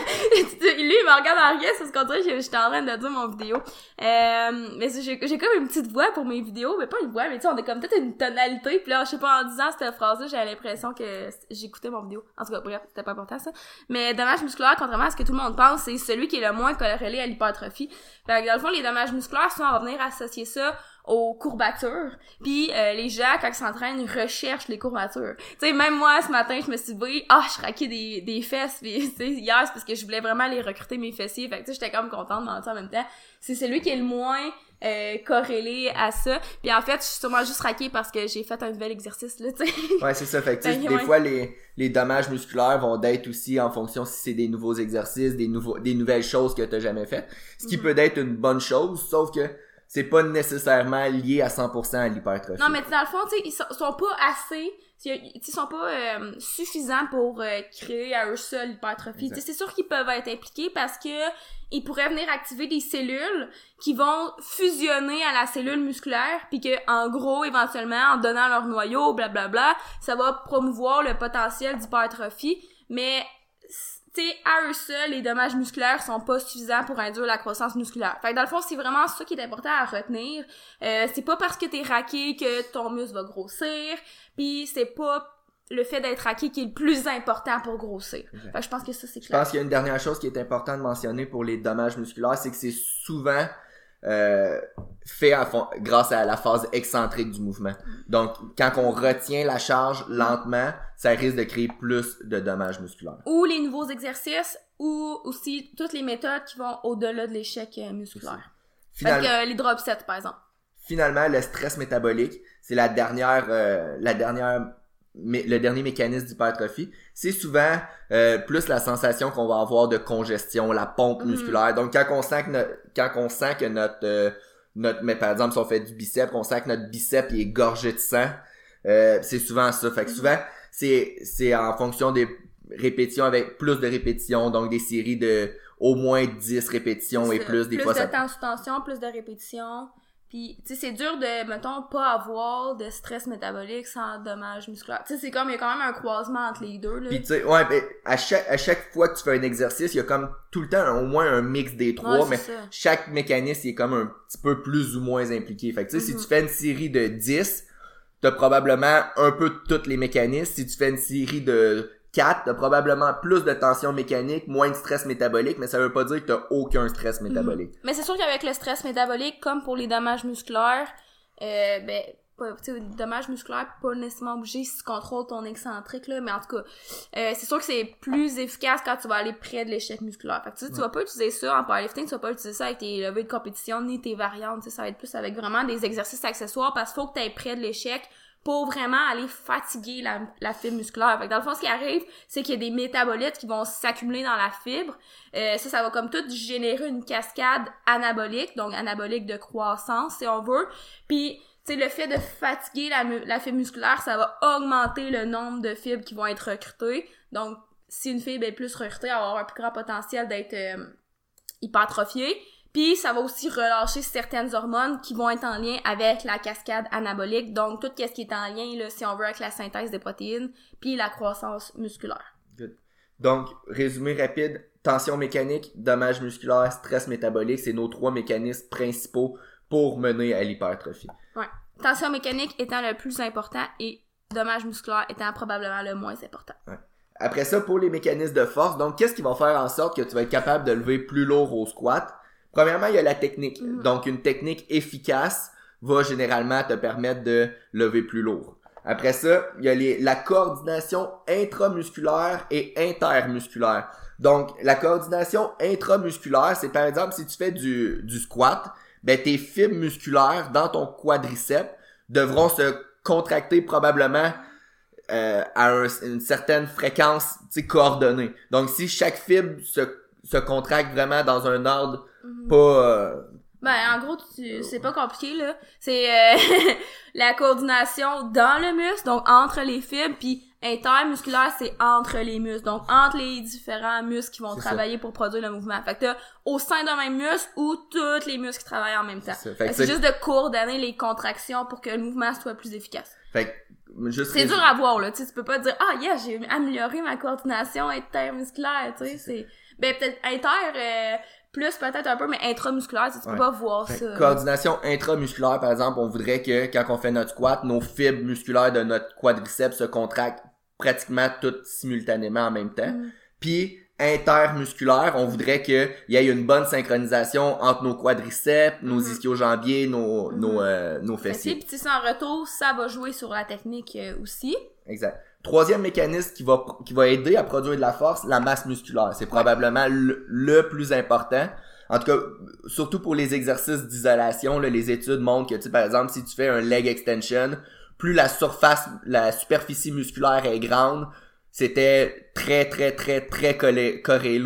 il me regarde en rien, c'est ce qu'on dirait que j'étais en train de dire mon vidéo. Euh, mais j'ai, j'ai comme une petite voix pour mes vidéos, mais pas une voix, mais tu sais, on a comme peut-être une tonalité, pis là, je sais pas, en disant cette phrase-là, j'avais l'impression que j'écoutais mon vidéo. En tout cas, bref, c'était pas important, ça. Mais dommages musculaires, contrairement à ce que tout le monde pense, c'est celui qui est le moins corrélé à l'hypertrophie. Fait que dans le fond, les dommages musculaires, souvent, on va venir associer ça aux courbatures. Puis euh, les gens, quand ils s'entraînent, ils recherchent les courbatures. Tu sais, même moi, ce matin, je me suis dit, ah, je raquais des, des fesses. Puis, tu sais, hier, c'est parce que je voulais vraiment aller recruter mes fessiers. Fait que, tu sais, j'étais comme contente de mentir en même temps. C'est celui qui est le moins euh, corrélé à ça. Puis en fait, je suis sûrement juste raquée parce que j'ai fait un nouvel exercice, là, tu sais. Ouais, c'est ça. Fait que, tu sais, des ouais. fois, les, les dommages musculaires vont d'être aussi en fonction si c'est des nouveaux exercices, des nouveaux, des nouvelles choses que t'as jamais faites. Ce qui mm-hmm. peut être une bonne chose, sauf que c'est pas nécessairement lié à cent pour cent à l'hypertrophie. Non, mais dans le fond, tu sais, ils sont, sont pas assez, ils sont pas euh, suffisants pour euh, créer à eux seuls l'hypertrophie. Tu sais, c'est sûr qu'ils peuvent être impliqués parce que ils pourraient venir activer des cellules qui vont fusionner à la cellule musculaire, puis que en gros, éventuellement, en donnant leur noyau, blablabla, ça va promouvoir le potentiel d'hypertrophie, mais tu sais, à eux seuls, les dommages musculaires sont pas suffisants pour induire la croissance musculaire. Fait que dans le fond, c'est vraiment ça qui est important à retenir. Euh, c'est pas parce que t'es raqué que ton muscle va grossir, pis c'est pas le fait d'être raqué qui est le plus important pour grossir. Exact. Fait que je pense que ça, c'est clair. Je pense qu'il y a une dernière chose qui est importante de mentionner pour les dommages musculaires, c'est que c'est souvent euh, fait à fond, grâce à la phase excentrique du mouvement. Donc, quand on retient la charge lentement, ça risque de créer plus de dommages musculaires. Ou les nouveaux exercices, ou aussi toutes les méthodes qui vont au-delà de l'échec euh, musculaire. Finalement, fait que euh, les drop sets, par exemple. Finalement, le stress métabolique, c'est la dernière, euh, la dernière, mais, le dernier mécanisme d'hypertrophie. C'est souvent euh, plus la sensation qu'on va avoir de congestion, la pompe mm-hmm. musculaire. Donc, quand on sent que notre, quand on sent que notre, euh, notre, mais par exemple, si on fait du bicep, on sent que notre bicep il est gorgé de sang, euh, c'est souvent ça. Fait que mm-hmm. souvent, c'est, c'est en fonction des répétitions avec plus de répétitions, donc des séries de au moins dix répétitions et plus. Des plus fois, de ça... temps sous tension, plus de répétitions. Puis, tu sais, c'est dur de, mettons, pas avoir de stress métabolique sans dommages musculaires. Tu sais, c'est comme, il y a quand même un croisement entre les deux, là. Puis, tu sais, ouais, ben, à chaque, à chaque fois que tu fais un exercice, il y a comme tout le temps un, au moins un mix des trois, ouais, mais ça. Chaque mécanisme il est comme un petit peu plus ou moins impliqué. Fait que, tu sais, mm-hmm. si tu fais une série de dix, t'as probablement un peu de tous les mécanismes. Si tu fais une série de quatre, t'as probablement plus de tension mécanique, moins de stress métabolique, mais ça veut pas dire que t'as aucun stress métabolique. Mm-hmm. Mais c'est sûr qu'avec le stress métabolique, comme pour les dommages musculaires, euh, ben, tu sais, les dommages musculaires, pas nécessairement obligé si tu contrôles ton excentrique, là, mais en tout cas, euh, c'est sûr que c'est plus efficace quand tu vas aller près de l'échec musculaire. Fait que tu sais, tu vas pas utiliser ça en powerlifting, tu vas pas utiliser ça avec tes levées de compétition, ni tes variantes, tu sais, ça va être plus avec vraiment des exercices accessoires, parce qu'il faut que tu ailles près de l'échec pour vraiment aller fatiguer la, la fibre musculaire. Fait que dans le fond, ce qui arrive, c'est qu'il y a des métabolites qui vont s'accumuler dans la fibre. Euh, ça, ça va comme tout générer une cascade anabolique, donc anabolique de croissance, si on veut. Puis, tu sais, le fait de fatiguer la, la fibre musculaire, ça va augmenter le nombre de fibres qui vont être recrutées. Donc, si une fibre est plus recrutée, elle va avoir un plus grand potentiel d'être euh, hypertrophiée. Puis, ça va aussi relâcher certaines hormones qui vont être en lien avec la cascade anabolique. Donc, tout ce qui est en lien, là, si on veut, avec la synthèse des protéines, puis la croissance musculaire. Good. Donc, résumé rapide, tension mécanique, dommages musculaires, stress métabolique, c'est nos trois mécanismes principaux pour mener à l'hypertrophie. Ouais. Tension mécanique étant le plus important et dommages musculaires étant probablement le moins important. Ouais. Après ça, pour les mécanismes de force, donc, qu'est-ce qui va faire en sorte que tu vas être capable de lever plus lourd au squat? Premièrement, il y a la technique. Mm-hmm. Donc, une technique efficace va généralement te permettre de lever plus lourd. Après ça, il y a les, la coordination intramusculaire et intermusculaire. Donc, la coordination intramusculaire, c'est par exemple, si tu fais du, du squat, ben, tes fibres musculaires dans ton quadriceps devront se contracter probablement euh, à un, une certaine fréquence, tu sais, coordonnée. Donc, si chaque fibre se, se contracte vraiment dans un ordre Mm-hmm. pas euh... ben en gros tu, c'est pas compliqué là, c'est euh, la coordination dans le muscle, donc entre les fibres, puis intermusculaire c'est entre les muscles, donc entre les différents muscles qui vont c'est travailler ça. Pour produire le mouvement. Fait que t'as au sein d'un même muscle ou tous les muscles qui travaillent en même temps. C'est, fait que c'est, c'est juste de coordonner les contractions pour que le mouvement soit plus efficace. Fait que juste c'est dur à voir là, tu sais, tu peux pas dire ah yeah j'ai amélioré ma coordination intermusculaire, tu sais, c'est ben peut-être inter euh, plus peut-être un peu, mais intramusculaire, tu, tu ouais. peux pas voir fait, ça. Coordination intramusculaire, par exemple, on voudrait que quand on fait notre squat, nos fibres musculaires de notre quadriceps se contractent pratiquement toutes simultanément en même temps. Mm. Puis intermusculaire, on voudrait qu'il y ait une bonne synchronisation entre nos quadriceps, mm. nos ischio-jambiers, nos, mm. nos, euh, nos fessiers. Puis tu sais, en retour, ça va jouer sur la technique euh, aussi. Exact. Troisième mécanisme qui va qui va aider à produire de la force, la masse musculaire. C'est probablement le, le plus important. En tout cas, surtout pour les exercices d'isolation, là, les études montrent que, tu sais, par exemple, si tu fais un leg extension, plus la surface, la superficie musculaire est grande, c'était très, très, très, très collé, corrélé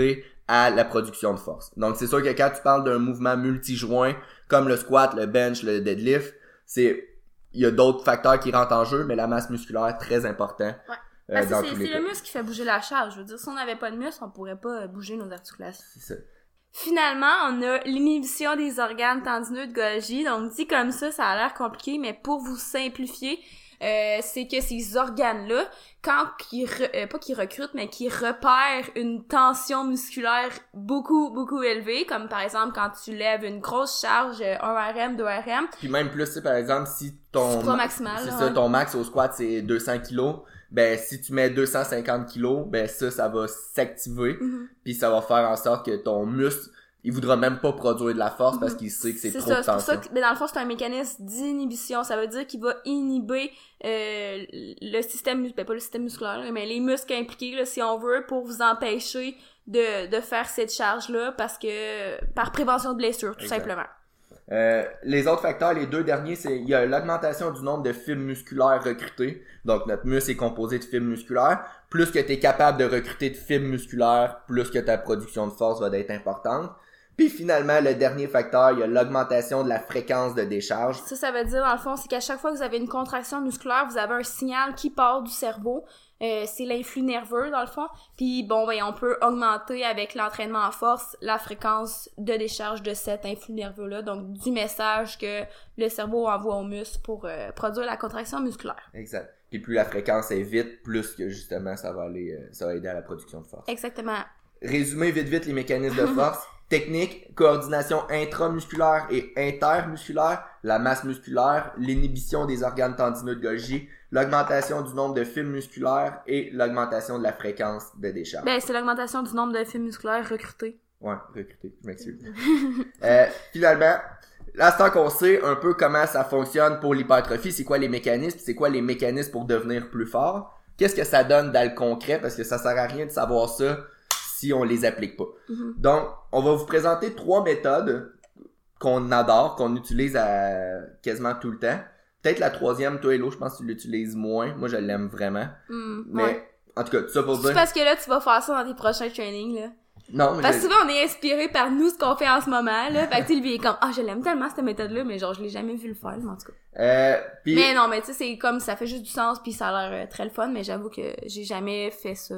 à la production de force. Donc, c'est sûr que quand tu parles d'un mouvement multijoint, comme le squat, le bench, le deadlift, c'est, il y a d'autres facteurs qui rentrent en jeu, mais la masse musculaire est très important. Ouais. Euh, Parce que dans c'est, tous les c'est le muscle qui fait bouger la charge. Je veux dire, si on n'avait pas de muscle, on pourrait pas bouger nos articulations. C'est ça. Finalement, on a l'inhibition des organes tendineux de Golgi. Donc, dit comme ça, ça a l'air compliqué, mais pour vous simplifier, euh, c'est que ces organes-là, quand ils, re- euh, pas qu'ils recrutent, mais qu'ils repèrent une tension musculaire beaucoup, beaucoup élevée, comme par exemple quand tu lèves une grosse charge, euh, un R M, deux R M. Puis même plus, tu sais, par exemple, si ton... Supra maximal, c'est là, ça, ouais. ton max au squat, c'est deux cents kilos. Ben, si tu mets deux cent cinquante kilos, ben ça, ça va s'activer. Mm-hmm. Puis ça va faire en sorte que ton muscle, il voudra même pas produire de la force Mm-hmm. parce qu'il sait que c'est, C'est trop ça, de c'est pour tension. ça que, mais dans le fond, c'est un mécanisme d'inhibition. Ça veut dire qu'il va inhiber euh, le système, mus- ben pas le système musculaire, là, mais les muscles impliqués, là, si on veut, pour vous empêcher de, de faire cette charge-là, parce que par prévention de blessure, tout Exact. simplement. Euh, les autres facteurs, les deux derniers, c'est il y a l'augmentation du nombre de fibres musculaires recrutées. Donc notre muscle est composé de fibres musculaires. Plus que tu es capable de recruter de fibres musculaires, plus que ta production de force va être importante. Puis finalement, le dernier facteur, il y a l'augmentation de la fréquence de décharge. Ça, ça veut dire, dans le fond, c'est qu'à chaque fois que vous avez une contraction musculaire, vous avez un signal qui part du cerveau. Euh, c'est l'influx nerveux, dans le fond. Puis, bon, ben, on peut augmenter avec l'entraînement en force la fréquence de décharge de cet influx nerveux-là. Donc, du message que le cerveau envoie au muscle pour euh, produire la contraction musculaire. Exact. Puis plus la fréquence est vite, plus que justement ça va aller, euh, ça va aider à la production de force. Exactement. Résumer vite vite les mécanismes de force. Technique, coordination intramusculaire et intermusculaire, la masse musculaire, l'inhibition des organes tendineux de Golgi, l'augmentation du nombre de fibres musculaires et l'augmentation de la fréquence de décharge. Ben, c'est l'augmentation du nombre de fibres musculaires recrutées. Ouais, recruté, je m'excuse. euh, finalement, là, c'est qu'on sait un peu comment ça fonctionne pour l'hypertrophie, c'est quoi les mécanismes, c'est quoi les mécanismes pour devenir plus fort. Qu'est-ce que ça donne dans le concret, parce que ça sert à rien de savoir ça si on les applique pas. Mm-hmm. Donc, on va vous présenter trois méthodes qu'on adore, qu'on utilise à quasiment tout le temps. Peut-être la troisième, toi Hello, je pense que tu l'utilises moins. Moi, je l'aime vraiment. Mm, Mais, ouais. en tout cas, tout ça pour C'est dire... parce que là, tu vas faire ça dans tes prochains trainings, là. Non, mais Parce que je- souvent, on est inspiré par nous, ce qu'on fait en ce moment, là. Fait que, tu sais, lui, il est comme, ah, je l'aime tellement, cette méthode-là, mais genre, je l'ai jamais vu le faire, mais en tout cas. Euh, puis... Mais non, mais tu sais, c'est comme, ça fait juste du sens, puis ça a l'air euh, très le fun, mais j'avoue que j'ai jamais fait ça.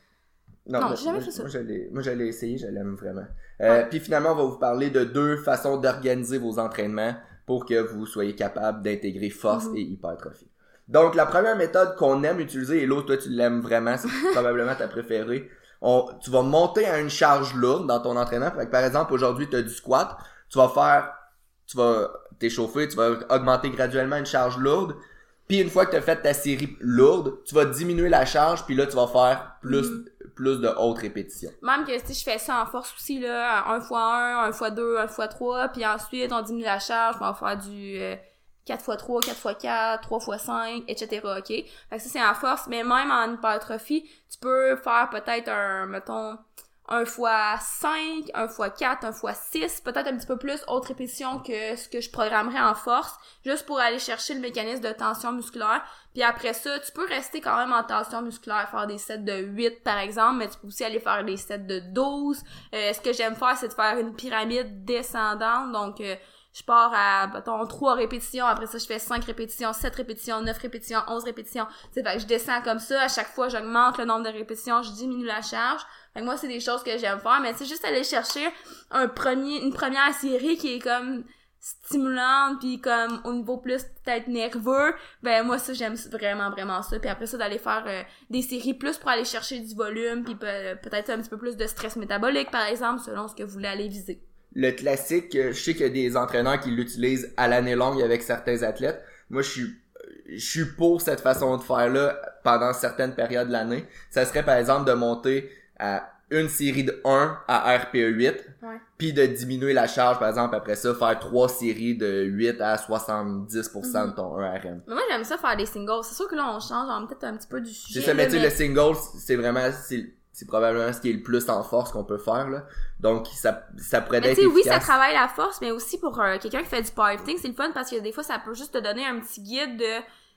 Non, moi, j'ai jamais moi, fait ça. Moi, je l'ai, moi, je l'ai essayé, je l'aime vraiment. Euh, Puis finalement, on va vous parler de deux façons d'organiser vos entraînements pour que vous soyez capable d'intégrer force Mm-hmm. et hypertrophie. Donc, la première méthode qu'on aime utiliser, et l'autre, toi, tu l'aimes vraiment, c'est probablement ta préférée. On, tu vas monter à une charge lourde dans ton entraînement. Fait que, par exemple, aujourd'hui, tu as du squat. Tu vas faire, tu vas t'échauffer, tu vas augmenter graduellement une charge lourde. Puis une fois que tu as fait ta série lourde, tu vas diminuer la charge, puis là, tu vas faire plus, Mm-hmm. plus de hautes répétitions. Même que, si je fais ça en force aussi, là, un fois un, un fois deux, un fois trois, puis ensuite, on diminue la charge, puis on va faire du euh, quatre fois trois, quatre fois quatre, trois fois cinq, et cetera, ok? Fait que ça, c'est en force, mais même en hypertrophie, tu peux faire peut-être un, mettons, un fois cinq, un fois quatre, un fois six, peut-être un petit peu plus haute répétition que ce que je programmerais en force, juste pour aller chercher le mécanisme de tension musculaire. Puis après ça, tu peux rester quand même en tension musculaire, faire des sets de huit par exemple, mais tu peux aussi aller faire des sets de douze. Euh, ce que j'aime faire, c'est de faire une pyramide descendante, donc euh, je pars à, mettons, trois répétitions, après ça, je fais cinq répétitions, sept répétitions, neuf répétitions, onze répétitions. Tu sais, fait que je descends comme ça, à chaque fois, j'augmente le nombre de répétitions, je diminue la charge. Fait que moi, c'est des choses que j'aime faire, mais c'est juste aller chercher un premier, une première série qui est comme stimulante, puis comme au niveau plus peut-être nerveux, ben moi, ça, j'aime vraiment, vraiment ça. Puis après ça, d'aller faire euh, des séries plus pour aller chercher du volume, puis pe- peut-être un petit peu plus de stress métabolique, par exemple, selon ce que vous voulez aller viser. Le classique, euh, je sais qu'il y a des entraîneurs qui l'utilisent à l'année longue avec certains athlètes. Moi, je suis je suis pour cette façon de faire-là pendant certaines périodes de l'année. Ça serait, par exemple, de monter à une série de un à R P E huit, Ouais. puis de diminuer la charge, par exemple, après ça, faire trois séries de huit à soixante-dix pour cent Mm-hmm. de ton un R M. Mais moi, j'aime ça faire des singles. C'est sûr que là, on change genre, peut-être un petit peu du sujet. C'est ça, mais là, tu sais, le single, c'est vraiment, c'est, c'est probablement ce qui est le plus en force qu'on peut faire, là. Donc, ça, ça pourrait Mais être tu sais, oui, ça efficace. travaille la force, mais aussi pour euh, quelqu'un qui fait du powerlifting, c'est le fun parce que des fois, ça peut juste te donner un petit guide de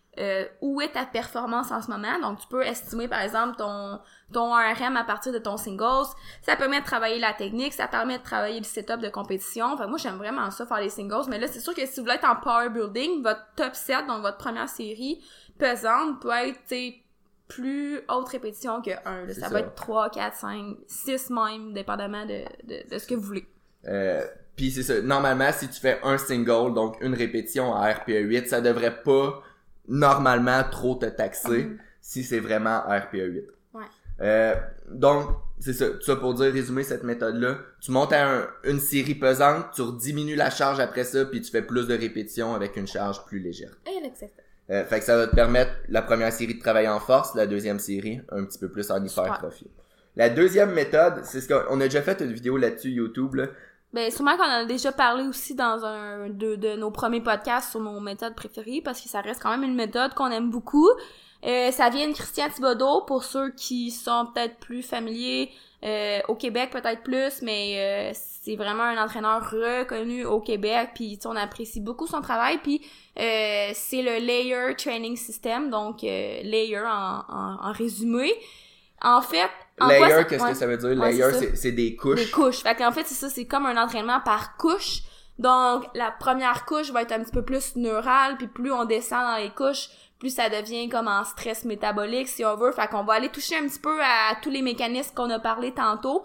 euh, où est ta performance en ce moment. Donc, tu peux estimer, par exemple, ton ton A R M à partir de ton singles. Ça permet de travailler la technique, ça permet de travailler le setup de compétition. Enfin, moi, j'aime vraiment ça, faire les singles. Mais là, c'est sûr que si vous voulez être en power building, votre top sept, donc votre première série pesante, peut être, tu sais, plus haute répétition que un. Là. Ça, ça va être trois, quatre, cinq, six même, dépendamment de, de, de ce que vous voulez. Euh, Puis c'est ça. Normalement, si tu fais un single, donc une répétition à R P E huit, ça devrait pas normalement trop te taxer mm-hmm. si c'est vraiment R P E huit. Ouais. Euh, donc, c'est ça. Ça pour dire, résumer cette méthode-là. Tu montes à un, une série pesante, tu rediminues la charge après ça, puis tu fais plus de répétitions avec une charge plus légère. Et l'excès. Euh, fait que ça va te permettre la première série de travailler en force, la deuxième série un petit peu plus en hypertrophie. La deuxième méthode, c'est ce qu'on a déjà fait une vidéo là-dessus YouTube là. Ben sûrement qu'on en a déjà parlé aussi dans un de, de nos premiers podcasts sur nos méthodes préférées parce que ça reste quand même une méthode qu'on aime beaucoup. Euh, ça vient de Christian Thibodeau pour ceux qui sont peut-être plus familiers euh, au Québec peut-être plus, mais euh, c'est vraiment un entraîneur reconnu au Québec puis on apprécie beaucoup son travail puis euh, c'est le Layer Training System donc euh, Layer en, en, en résumé. En fait, en Layer, quoi ça... qu'est-ce ouais. que ça veut dire? Ouais, Layer, c'est, c'est, c'est des couches. Des couches. Fait qu'en fait, c'est ça, c'est comme un entraînement par couche. Donc, la première couche va être un petit peu plus neurale, puis plus on descend dans les couches, plus ça devient comme en stress métabolique, si on veut. Fait qu'on va aller toucher un petit peu à tous les mécanismes qu'on a parlé tantôt.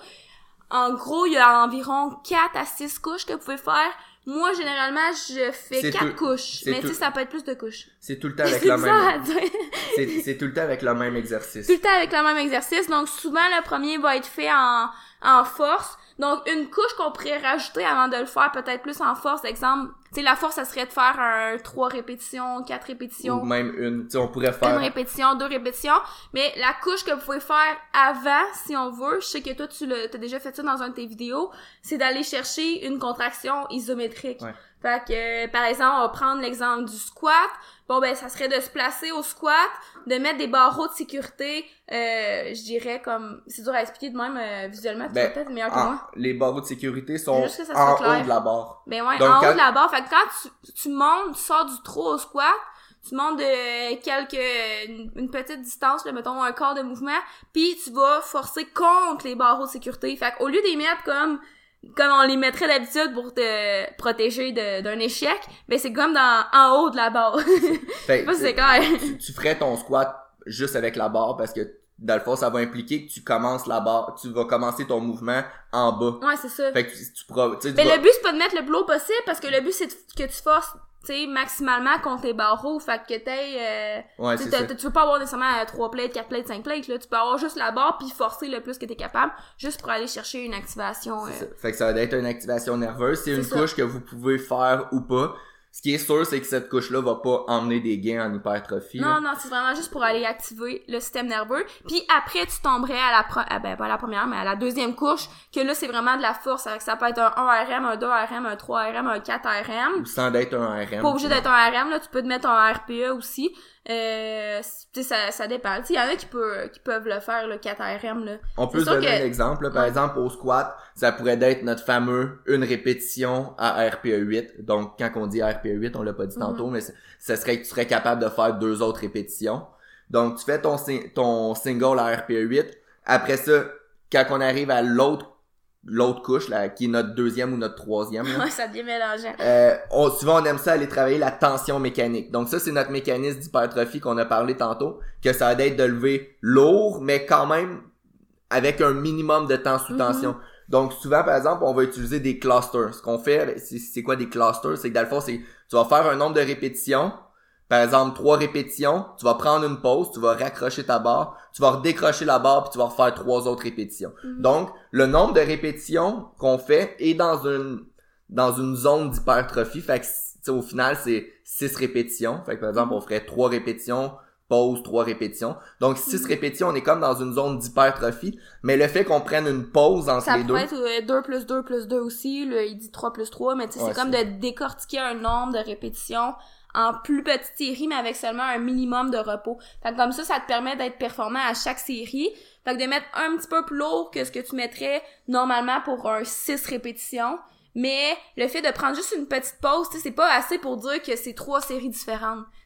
En gros, il y a environ quatre à six couches que vous pouvez faire. Moi, généralement, je fais c'est quatre tout, couches. Mais tu sais, ça peut être plus de couches. C'est tout le temps avec le même... c'est, c'est tout le temps avec le même exercice. Tout le temps avec le même exercice. Donc, souvent, le premier va être fait en, en force. Donc, une couche qu'on pourrait rajouter avant de le faire peut-être plus en force. Exemple, tu sais, la force, ça serait de faire un trois répétitions, quatre répétitions. Ou même une. Tu sais, on pourrait faire... Une répétition, deux répétitions. Mais la couche que vous pouvez faire avant, si on veut, je sais que toi, tu l'as, t'as déjà fait ça dans une de tes vidéos, c'est d'aller chercher une contraction isométrique. Ouais. Fait que, euh, par exemple, on va prendre l'exemple du squat. Bon, ben, ça serait de se placer au squat, de mettre des barreaux de sécurité, euh, je dirais comme, c'est dur à expliquer de même, euh, visuellement, tu ben, es peut-être meilleur que en, moi. Les barreaux de sécurité sont en clair. haut de la barre. Ben ouais, donc, en quand... haut de la barre. Fait que quand tu, tu montes, tu sors du trot au squat, tu montes de quelques, une, une petite distance, là, mettons un quart de mouvement, puis tu vas forcer contre les barreaux de sécurité. Fait qu'au lieu d'y mettre comme, comme on les mettrait d'habitude pour te protéger de, d'un échec, ben c'est comme dans en haut de la barre. Fait, je sais pas si c'est clair. Tu, tu ferais ton squat juste avec la barre parce que dans le fond, ça va impliquer que tu commences la barre, tu vas commencer ton mouvement en bas. Ouais, c'est ça. Fait que tu, tu pourras, tu sais, Mais vas... le but, c'est pas de mettre le plus haut possible parce que le but, c'est de, que tu forces, tu sais, maximalement contre les barreaux. Fait que t'aies, euh, ouais, c'est ça. Tu veux pas avoir nécessairement trois plates, quatre plates, cinq plates, là. Tu peux avoir juste la barre puis forcer le plus que t'es capable, juste pour aller chercher une activation. Euh... Fait que ça va être une activation nerveuse. C'est, c'est une ça. Couche que vous pouvez faire ou pas. Ce qui est sûr, c'est que cette couche-là va pas emmener des gains en hypertrophie. Non, là. non, c'est vraiment juste pour aller activer le système nerveux. Puis après, tu tomberais à la pro- ah ben pas à la première, mais à la deuxième couche, que là, c'est vraiment de la force. Ça peut être un un R M, un deux R M, un trois R M, un quatre R M. Ou sans d'être un R M. Pas obligé d'être un R M, là. Tu peux te mettre un R P E aussi. Euh, tu sais, ça, ça dépend. Il y en a qui peuvent, qui peuvent le faire, le quatre R M, là. On peut se donner que... un exemple, là. Par ouais. exemple, au squat, ça pourrait être notre fameux une répétition à R P E huit. Donc, quand on dit R P E huit, on l'a pas dit tantôt, mm-hmm. mais ça serait que tu serais capable de faire deux autres répétitions. Donc, tu fais ton, ton single à R P E huit. Après ça, quand on arrive à l'autre l'autre couche, là, qui est notre deuxième ou notre troisième. Ouais, ça devient mélangeant. Euh, on, souvent, on aime ça aller travailler la tension mécanique. Donc ça, c'est notre mécanisme d'hypertrophie qu'on a parlé tantôt, que ça va être de lever lourd, mais quand même avec un minimum de temps sous tension. Mm-hmm. Donc souvent, par exemple, on va utiliser des clusters. Ce qu'on fait, c'est, c'est quoi des clusters? C'est que dans le fond, c'est tu vas faire un nombre de répétitions. Par exemple, trois répétitions, tu vas prendre une pause, tu vas raccrocher ta barre, tu vas redécrocher la barre puis tu vas refaire trois autres répétitions. Mm-hmm. Donc, le nombre de répétitions qu'on fait est dans une dans une zone d'hypertrophie. Fait que au final, c'est six répétitions. Fait que par exemple, mm-hmm. on ferait trois répétitions, pause, trois répétitions. Donc, six mm-hmm. répétitions, on est comme dans une zone d'hypertrophie. Mais le fait qu'on prenne une pause entre ça les deux... Ça peut être deux plus deux plus deux aussi. Là, il dit trois plus trois, mais tu sais, ouais, c'est, c'est comme de décortiquer un nombre de répétitions en plus petite série, mais avec seulement un minimum de repos. Fait que comme ça, ça te permet d'être performant à chaque série. Fait que de mettre un petit peu plus lourd que ce que tu mettrais normalement pour un six répétitions. Mais le fait de prendre juste une petite pause, tu sais, c'est pas assez pour dire que c'est trois séries différentes. Tu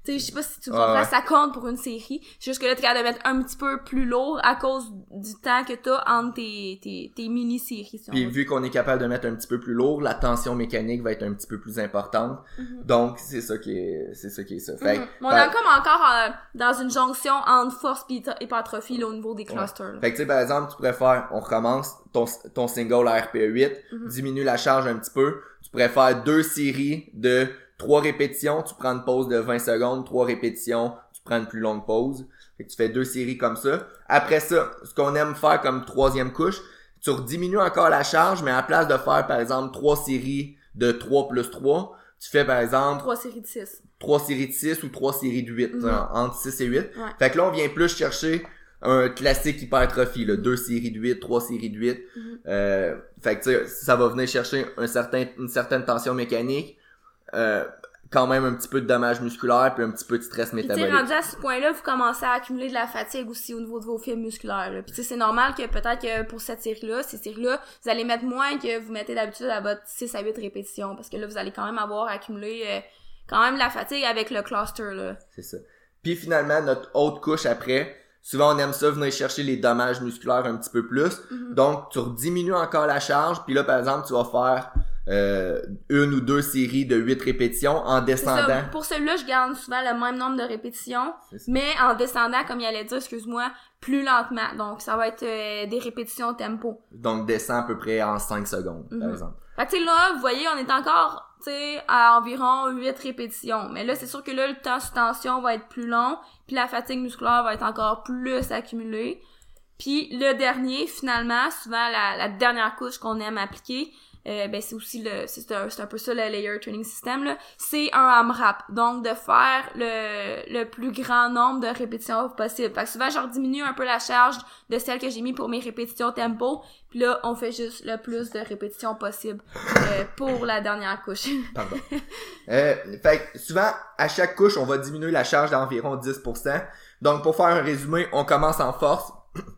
Tu sais, je sais pas si tu comprends, ouais. ça compte pour une série. C'est juste que là, t'es capable de mettre un petit peu plus lourd à cause du temps que t'as entre tes, tes, tes mini-séries. Si Puis vu qu'on est capable de mettre un petit peu plus lourd, la tension mécanique va être un petit peu plus importante. Mm-hmm. Donc, c'est ça qui est, c'est ça qui est ça. Fait, mm-hmm. On est comme encore euh, dans une jonction entre force pis hypertrophie, là, au niveau des clusters. Ouais. Fait que tu sais, par exemple, tu pourrais faire, on recommence ton, ton single à R P E huit, mm-hmm. diminue la charge un petit peu. Tu pourrais faire deux séries de trois répétitions, tu prends une pause de vingt secondes, trois répétitions, tu prends une plus longue pause. Fait que tu fais deux séries comme ça. Après ça, ce qu'on aime faire comme troisième couche, tu rediminues encore la charge, mais à la place de faire, par exemple, trois séries de trois plus trois, tu fais, par exemple... Trois séries de six. Trois séries de six ou trois séries de huit, mm-hmm. entre six et huit. Ouais. Fait que là, on vient plus chercher un classique hypertrophie, là, deux séries de huit, trois séries de huit. Mm-hmm. Euh, fait que, tu sais, ça va venir chercher un certain, une certaine tension mécanique. Euh, quand même un petit peu de dommages musculaires puis un petit peu de stress métabolique. Puis rendu à ce point-là, vous commencez à accumuler de la fatigue aussi au niveau de vos fibres musculaires. Là. Puis c'est normal que peut-être que pour cette série-là, ces séries-là, vous allez mettre moins que vous mettez d'habitude à votre six à huit répétitions parce que là, vous allez quand même avoir accumulé euh, quand même de la fatigue avec le cluster. Là. C'est ça. Puis finalement, notre haute couche après, souvent on aime ça venir chercher les dommages musculaires un petit peu plus. Mm-hmm. Donc, tu rediminues encore la charge puis là, par exemple, tu vas faire... Euh, une ou deux séries de huit répétitions en descendant. Ça, pour celui-là, je garde souvent le même nombre de répétitions, mais en descendant, comme il allait dire, excuse-moi, plus lentement. Donc, ça va être euh, des répétitions tempo. Donc, descend à peu près en cinq secondes, mm-hmm. par exemple. Fait que tu sais, là, vous voyez, on est encore, tu sais, à environ huit répétitions. Mais là, c'est sûr que là, le temps sous tension va être plus long, puis la fatigue musculaire va être encore plus accumulée. Puis le dernier, finalement, souvent la, la dernière couche qu'on aime appliquer, Euh, ben c'est aussi le c'est un, c'est un peu ça le layer training system là, c'est un AMRAP, donc de faire le le plus grand nombre de répétitions possible. Fait que souvent je rediminue un peu la charge de celle que j'ai mis pour mes répétitions tempo, puis là on fait juste le plus de répétitions possible euh, pour la dernière couche. Pardon. euh, fait que souvent à chaque couche on va diminuer la charge d'environ dix pour cent. Donc pour faire un résumé, on commence en force.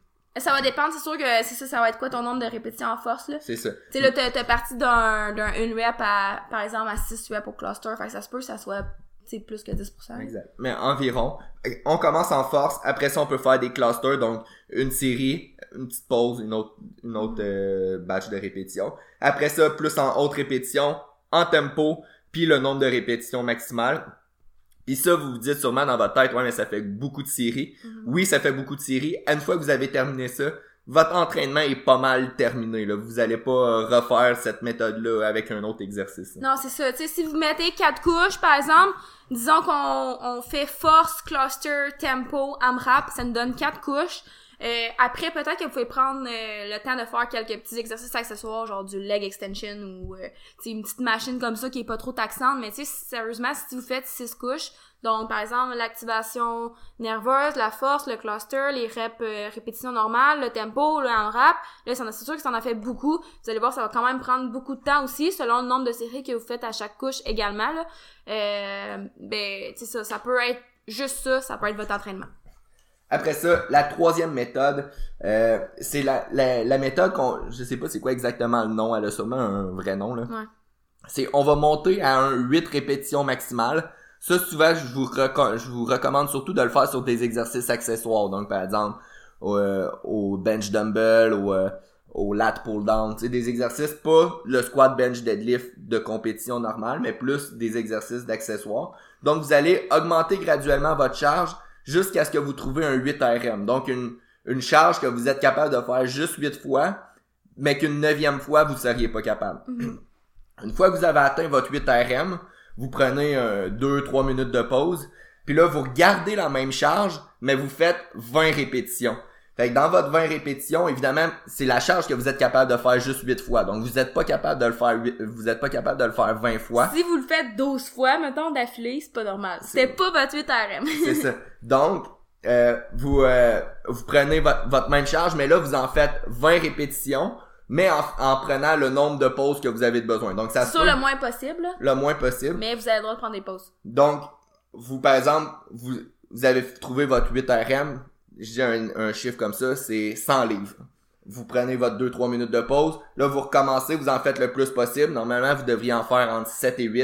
Ça va dépendre, c'est sûr que c'est ça, ça va être quoi ton nombre de répétitions en force, là? C'est ça. Tu sais, là, t'es, t'es parti d'un, d'un une rep à, par exemple, à six reps au cluster, fait que ça se peut que ça soit, tu sais, plus que dix pour cent. Exact. Mais environ. On commence en force, après ça, on peut faire des clusters, donc une série, une petite pause, une autre, une autre euh, batch de répétitions. Après ça, plus en haute répétition, en tempo, puis le nombre de répétitions maximales. Puis ça, vous vous dites sûrement dans votre tête, ouais, mais ça fait beaucoup de séries. Mm-hmm. Oui, ça fait beaucoup de séries. Une fois que vous avez terminé ça, votre entraînement est pas mal terminé, là. Vous allez pas euh, refaire cette méthode-là avec un autre exercice. Là. Non, c'est ça. Tu sais, si vous mettez quatre couches, par exemple, disons qu'on on fait force, cluster, tempo, AMRAP, ça nous donne quatre couches. Euh, après, peut-être que vous pouvez prendre euh, le temps de faire quelques petits exercices accessoires, genre du leg extension ou euh, une petite machine comme ça qui est pas trop taxante. Mais tu sais, sérieusement, si vous faites six couches, donc par exemple l'activation nerveuse, la force, le cluster, les reps, euh, répétitions normales, le tempo, le AMRAP, là c'est sûr que ça en a fait beaucoup. Vous allez voir, ça va quand même prendre beaucoup de temps aussi, selon le nombre de séries que vous faites à chaque couche également. Là. Euh, ben, tu sais ça, ça peut être juste ça, ça peut être votre entraînement. Après ça, la troisième méthode, euh, c'est la, la, la méthode qu'on, je sais pas c'est quoi exactement le nom, elle a sûrement un vrai nom, là. Ouais. C'est, on va monter à un huit répétitions maximales. Ça, souvent, je vous, reco- je vous recommande surtout de le faire sur des exercices accessoires. Donc, par exemple, au, euh, au bench dumbbell, ou euh, au lat pull down. Tu sais, des exercices, pas le squat bench deadlift de compétition normale, mais plus des exercices d'accessoires. Donc, vous allez augmenter graduellement votre charge jusqu'à ce que vous trouviez un huit R M. Donc, une, une charge que vous êtes capable de faire juste huit fois, mais qu'une neuvième fois, vous ne seriez pas capable. Mm-hmm. Une fois que vous avez atteint votre huit R M, vous prenez euh, deux trois minutes de pause, puis là, vous regardez la même charge, mais vous faites vingt répétitions. Fait que dans votre vingt répétitions, évidemment, c'est la charge que vous êtes capable de faire juste huit fois. Donc, vous n'êtes pas capable de le faire huit, vous êtes pas capable de le faire vingt fois. Si vous le faites douze fois, mettons, d'affilée, c'est pas normal. C'était pas votre huit R M. C'est ça. Donc, euh, vous, euh, vous prenez votre, votre même charge, mais là, vous en faites vingt répétitions, mais en, en prenant le nombre de pauses que vous avez de besoin. Donc, ça Sur le moins possible. Le moins possible. Mais vous avez le droit de prendre des pauses. Donc, vous, par exemple, vous, vous avez trouvé votre huit R M, je dis un, un chiffre comme ça, c'est cent livres. Vous prenez votre deux trois minutes de pause. Là, vous recommencez, vous en faites le plus possible. Normalement, vous devriez en faire entre sept et huit.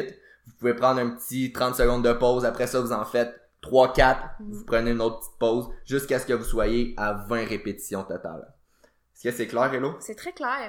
Vous pouvez prendre un petit trente secondes de pause. Après ça, vous en faites trois quatre. Mm. Vous prenez une autre petite pause jusqu'à ce que vous soyez à vingt répétitions totales. Est-ce que c'est clair, Hello? C'est très clair.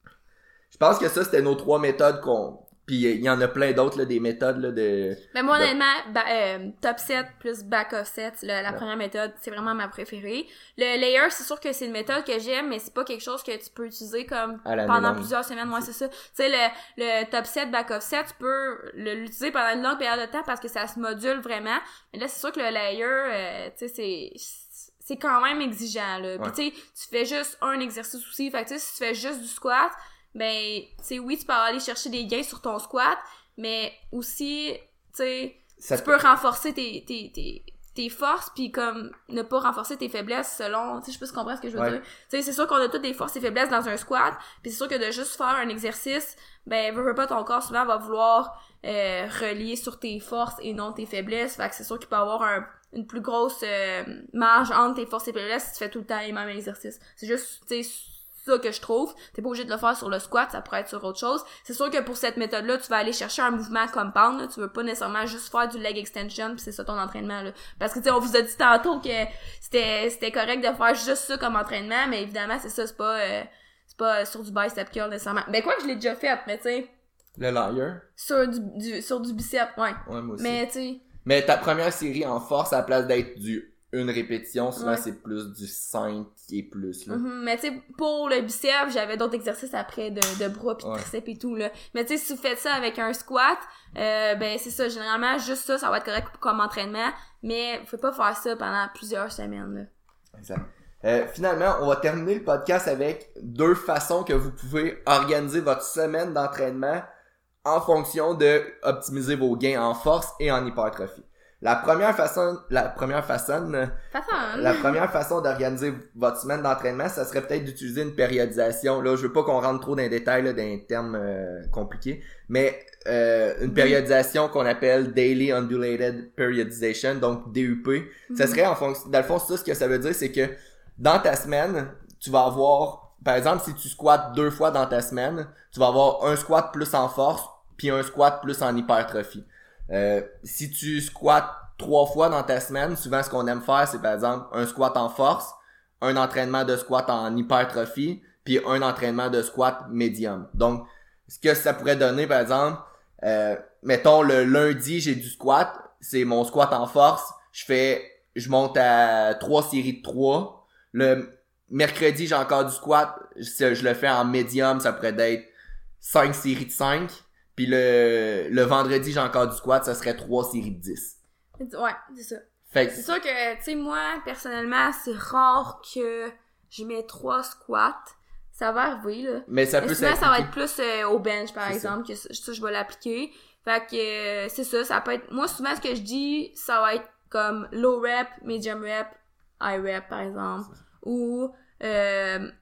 Je pense que ça, c'était nos trois méthodes qu'on... Puis il y en a plein d'autres, là, des méthodes, là, de... Ben moi, de... honnêtement, ba- euh, top set plus back of set, la, la ouais. première méthode, c'est vraiment ma préférée. Le layer, c'est sûr que c'est une méthode que j'aime, mais c'est pas quelque chose que tu peux utiliser comme pendant longue. plusieurs semaines. Moi, c'est ça. Tu sais, le, le top set, back of set, tu peux le, l'utiliser pendant une longue période de temps parce que ça se module vraiment. Mais là, c'est sûr que le layer, euh, tu sais, c'est... c'est quand même exigeant, là. Ouais. Puis tu sais, tu fais juste un exercice aussi. Fait que tu sais, si tu fais juste du squat, ben, tu sais, oui, tu peux aller chercher des gains sur ton squat, mais aussi, tu sais, tu peut... peux renforcer tes, tes, tes, tes forces, puis comme ne pas renforcer tes faiblesses selon, tu sais, je sais pas si tu comprends ce que je veux ouais. dire. Tu sais, c'est sûr qu'on a toutes des forces et faiblesses dans un squat, puis c'est sûr que de juste faire un exercice, ben, veux, veux pas, ton corps souvent va vouloir euh, relier sur tes forces et non tes faiblesses. Fait que c'est sûr qu'il peut y avoir un, une plus grosse euh, marge entre tes forces et faiblesses si tu fais tout le temps les mêmes exercices. C'est juste, tu sais, ça que je trouve. T'es pas obligé de le faire sur le squat, ça pourrait être sur autre chose. C'est sûr que pour cette méthode-là, tu vas aller chercher un mouvement compound, là. Tu veux pas nécessairement juste faire du leg extension pis c'est ça ton entraînement, là. Parce que, tu sais, on vous a dit tantôt que c'était, c'était correct de faire juste ça comme entraînement, mais évidemment, c'est ça, c'est pas, euh, c'est pas sur du bicep curl nécessairement. Ben, quoi que je l'ai déjà fait, mais tu sais. Le layer? Sur du, du, sur du bicep, ouais. Ouais, moi aussi. Mais, tu sais. Mais ta première série en force, à la place d'être du une répétition, souvent ouais. c'est plus du cinq et plus, là. Mm-hmm. Mais tu sais, pour le bicep, j'avais d'autres exercices après de, de bras pis de ouais. triceps et tout, là. Mais tu sais, si vous faites ça avec un squat, euh, ben c'est ça, généralement, juste ça, ça va être correct comme entraînement, mais vous pouvez pas faire ça pendant plusieurs semaines, là. Exact. Euh, finalement, on va terminer le podcast avec deux façons que vous pouvez organiser votre semaine d'entraînement en fonction de optimiser vos gains en force et en hypertrophie. La première façon, la première façon, façon. la première façon d'organiser votre semaine d'entraînement, ça serait peut-être d'utiliser une périodisation. Là, je veux pas qu'on rentre trop dans les détails, là, dans les termes euh, compliqués, mais euh, une périodisation qu'on appelle Daily Undulated Periodization, donc D U P. Mm-hmm. Ça serait en fonction, dans le fond, ça, ce que ça veut dire, c'est que dans ta semaine, tu vas avoir, par exemple, si tu squattes deux fois dans ta semaine, tu vas avoir un squat plus en force, puis un squat plus en hypertrophie. Euh, si tu squattes trois fois dans ta semaine, souvent ce qu'on aime faire, c'est par exemple un squat en force, un entraînement de squat en hypertrophie, puis un entraînement de squat médium. Donc, ce que ça pourrait donner, par exemple, euh, mettons le lundi, j'ai du squat, c'est mon squat en force, je fais, je monte à trois séries de trois. Le mercredi, j'ai encore du squat, je, je le fais en médium, ça pourrait être cinq séries de cinq. Puis le, le vendredi, j'ai encore du squat, ça serait trois séries de dix. Ouais, c'est ça. Fait que... C'est sûr que, tu sais, moi, personnellement, c'est rare que je mets trois squats. Ça va arriver, là. Mais ça peut Mais souvent, ça va être plus euh, au bench, par c'est exemple, ça. que ça, je vais l'appliquer. Fait que, euh, c'est ça, ça peut être... Moi, souvent, ce que je dis, ça va être comme low rep, medium rep, high rep, par exemple. Ou euh,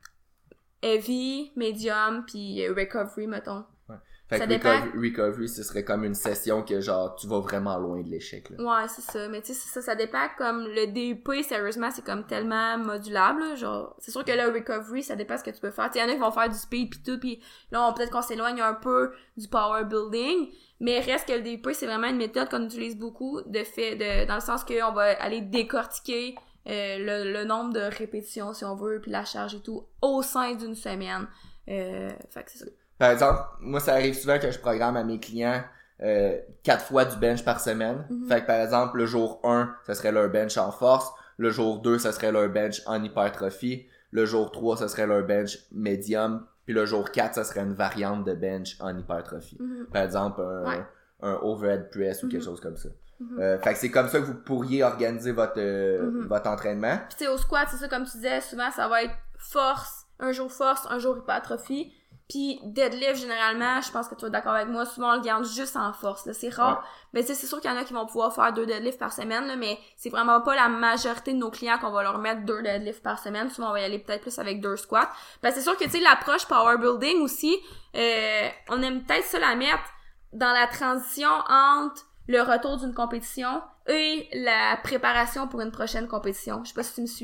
heavy, medium, puis recovery, mettons. Fait ça que recovery, recovery, ce serait comme une session que genre tu vas vraiment loin de l'échec, là. Ouais, c'est ça. Mais tu sais, ça, ça dépend comme le D U P, sérieusement, c'est comme tellement modulable, là. Genre, c'est sûr que le recovery, ça dépend ce que tu peux faire. Tu sais, y en a qui vont faire du speed pis tout, pis là, on, peut-être qu'on s'éloigne un peu du power building. Mais reste que le D U P, c'est vraiment une méthode qu'on utilise beaucoup de fait, de, dans le sens qu'on va aller décortiquer euh, le, le nombre de répétitions, si on veut, puis la charge et tout, au sein d'une semaine. Euh, fait que c'est ça. Par exemple, moi, ça arrive souvent que je programme à mes clients euh, quatre fois du bench par semaine. Mm-hmm. Fait que, par exemple, le jour un, ça serait leur bench en force. Le jour deux, ça serait leur bench en hypertrophie. Le jour trois, ça serait leur bench médium. Puis le jour quatre, ça serait une variante de bench en hypertrophie. Mm-hmm. Par exemple, un, ouais. un overhead press ou mm-hmm. quelque chose comme ça. Mm-hmm. Euh, fait que c'est comme ça que vous pourriez organiser votre, euh, mm-hmm. votre entraînement. Puis tu sais, au squat, c'est ça, comme tu disais, souvent, ça va être force, un jour force, un jour hypertrophie. Puis deadlift, généralement, je pense que tu es d'accord avec moi, souvent on le garde juste en force, là, c'est rare. Ouais. Mais tu sais, c'est sûr qu'il y en a qui vont pouvoir faire deux deadlifts par semaine, là, mais c'est vraiment pas la majorité de nos clients qu'on va leur mettre deux deadlifts par semaine. Souvent, on va y aller peut-être plus avec deux squats. Ben, c'est sûr que, tu sais, l'approche power building aussi, euh, on aime peut-être ça la mettre dans la transition entre le retour d'une compétition et la préparation pour une prochaine compétition. Je sais pas si tu me suis. Ouais.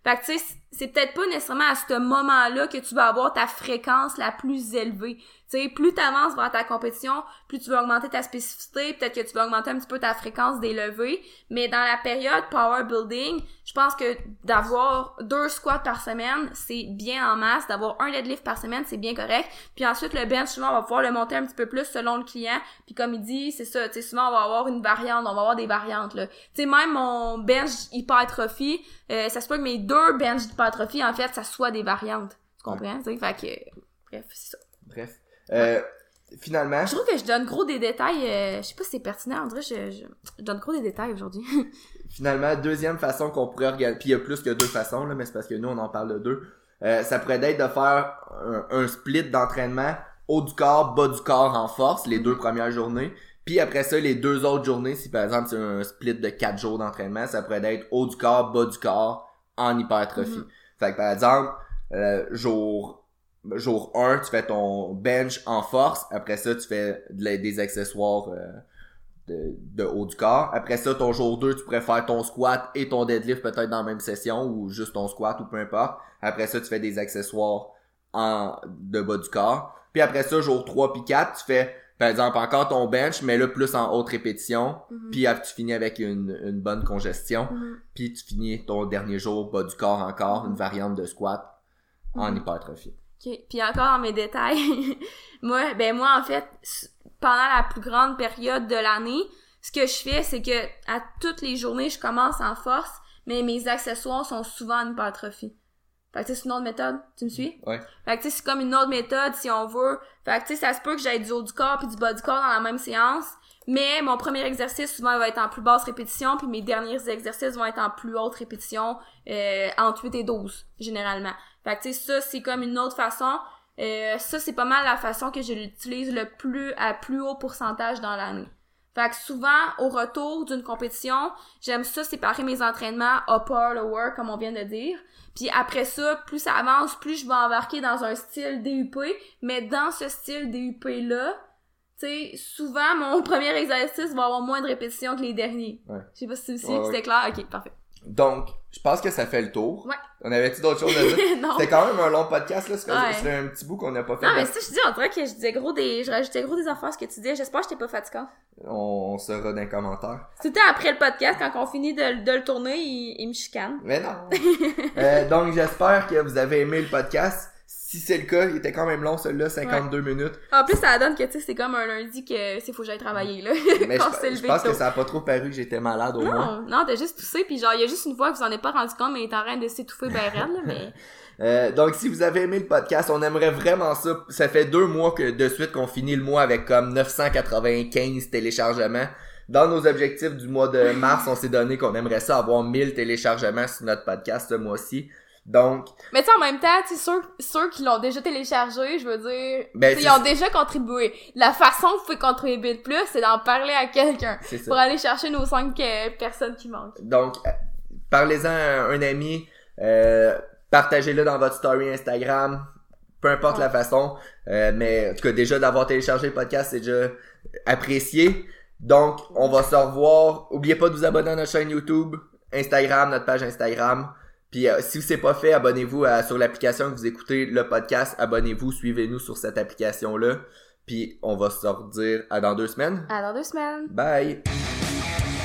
Fait que tu sais, c'est peut-être pas nécessairement à ce moment-là que tu vas avoir ta fréquence la plus élevée. Tu sais, plus t'avances vers ta compétition, plus tu vas augmenter ta spécificité, peut-être que tu vas augmenter un petit peu ta fréquence des levées, mais dans la période power building, je pense que d'avoir deux squats par semaine, c'est bien en masse, d'avoir un deadlift par semaine, c'est bien correct, puis ensuite le bench, souvent, on va pouvoir le monter un petit peu plus selon le client, puis comme il dit, c'est ça, tu sais, souvent, on va avoir une variante, on va avoir des variantes, là. Tu sais, même mon bench hypertrophie, euh, ça se peut que mes deux bench d'hypertrophie, en fait, ça soit des variantes. Tu comprends? Tu sais, fait que, bref, c'est ça. Bref. Euh, finalement... Je trouve que je donne gros des détails, euh, je sais pas si c'est pertinent, on dirait que je, je, je donne gros des détails aujourd'hui. Finalement, deuxième façon qu'on pourrait regarder, puis il y a plus que deux façons, là, mais c'est parce que nous, on en parle de deux. Euh, ça pourrait être de faire un, un split d'entraînement haut du corps, bas du corps en force, les deux premières journées. Puis après ça, les deux autres journées, si par exemple c'est un split de quatre jours d'entraînement, ça pourrait être haut du corps, bas du corps en hypertrophie. Mm-hmm. Fait que par exemple, euh, jour jour un, tu fais ton bench en force. Après ça, tu fais de, des accessoires euh, de, de haut du corps. Après ça, ton jour deux, tu pourrais faire ton squat et ton deadlift peut-être dans la même session ou juste ton squat ou peu importe. Après ça, tu fais des accessoires en de bas du corps. Puis après ça, jour trois puis quatre, tu fais par exemple encore ton bench, mais là plus en haute répétition. Mm-hmm. Puis tu finis avec une, une bonne congestion. Mm-hmm. Puis tu finis ton dernier jour bas du corps encore, une variante de squat mm-hmm. en hypertrophie. OK. Puis encore dans mes détails, moi, ben moi, en fait, pendant la plus grande période de l'année, ce que je fais, c'est que à toutes les journées, je commence en force, mais mes accessoires sont souvent en hypertrophie. Fait que tu sais, c'est une autre méthode, tu me suis? Ouais. Fait que tu sais, c'est comme une autre méthode, si on veut. Fait que tu sais, ça se peut que j'aille du haut du corps puis du bas du corps dans la même séance, mais mon premier exercice, souvent, il va être en plus basse répétition, puis mes derniers exercices vont être en plus haute répétition, euh, entre huit et douze, généralement. Fait que tu sais, ça, c'est comme une autre façon. Euh, ça, c'est pas mal la façon que je l'utilise le plus, à plus haut pourcentage dans l'année. Fait que souvent, au retour d'une compétition, j'aime ça séparer mes entraînements upper, lower, comme on vient de dire. Puis après ça, plus ça avance, plus je vais embarquer dans un style D U P. Mais dans ce style D U P-là, tu sais, souvent, mon premier exercice va avoir moins de répétitions que les derniers. Ouais. Je sais pas si c'est ouais, c'était ouais. clair. Ok, parfait. Donc, je pense que ça fait le tour. Ouais. On avait-tu d'autres choses à dire? Non. C'était quand même un long podcast, là. C'était ouais. un petit bout qu'on n'a pas fait. Non, mais ça, je dis, on dirait que je disais gros des, je rajoutais gros des affaires à ce que tu disais. J'espère que j'étais pas fatigant. On, on saura dans les commentaires. Tout le temps après le podcast, quand on finit de, de le tourner, il, il me chicane. Mais non. euh, donc, j'espère que vous avez aimé le podcast. Si c'est le cas, il était quand même long, celui-là, cinquante-deux ouais. minutes. En plus, ça donne que, tu sais, c'est comme un lundi que c'est faut que j'aille travailler, là. Mais je, je pense que ça a pas trop paru que j'étais malade, au non, moins. Non, non, t'as juste toussé, puis genre, il y a juste une fois que vous en avez pas rendu compte, mais il est en train de s'étouffer ben raide, là, mais... euh, donc, si vous avez aimé le podcast, on aimerait vraiment ça. Ça fait deux mois que de suite qu'on finit le mois avec comme neuf cent quatre-vingt-quinze téléchargements. Dans nos objectifs du mois de mars, on s'est donné qu'on aimerait ça avoir mille téléchargements sur notre podcast ce mois-ci. Donc... Mais tu sais, en même temps, tu sais, ceux, ceux qui l'ont déjà téléchargé, je veux dire, ben, ils ont déjà contribué. La façon que vous pouvez contribuer de plus, c'est d'en parler à quelqu'un. Pour aller chercher nos cinq euh, personnes qui manquent. Donc, euh, parlez-en à un ami, euh, partagez-le dans votre story Instagram, peu importe ouais. la façon. Euh, mais en tout cas, déjà d'avoir téléchargé le podcast, c'est déjà apprécié. Donc, on va se revoir. Oubliez pas de vous abonner à notre chaîne YouTube, Instagram, notre page Instagram. Puis euh, si c'est pas fait, abonnez-vous à, sur l'application que vous écoutez le podcast. Abonnez-vous, suivez-nous sur cette application-là. Puis on va se redire à dans deux semaines. À dans deux semaines. Bye!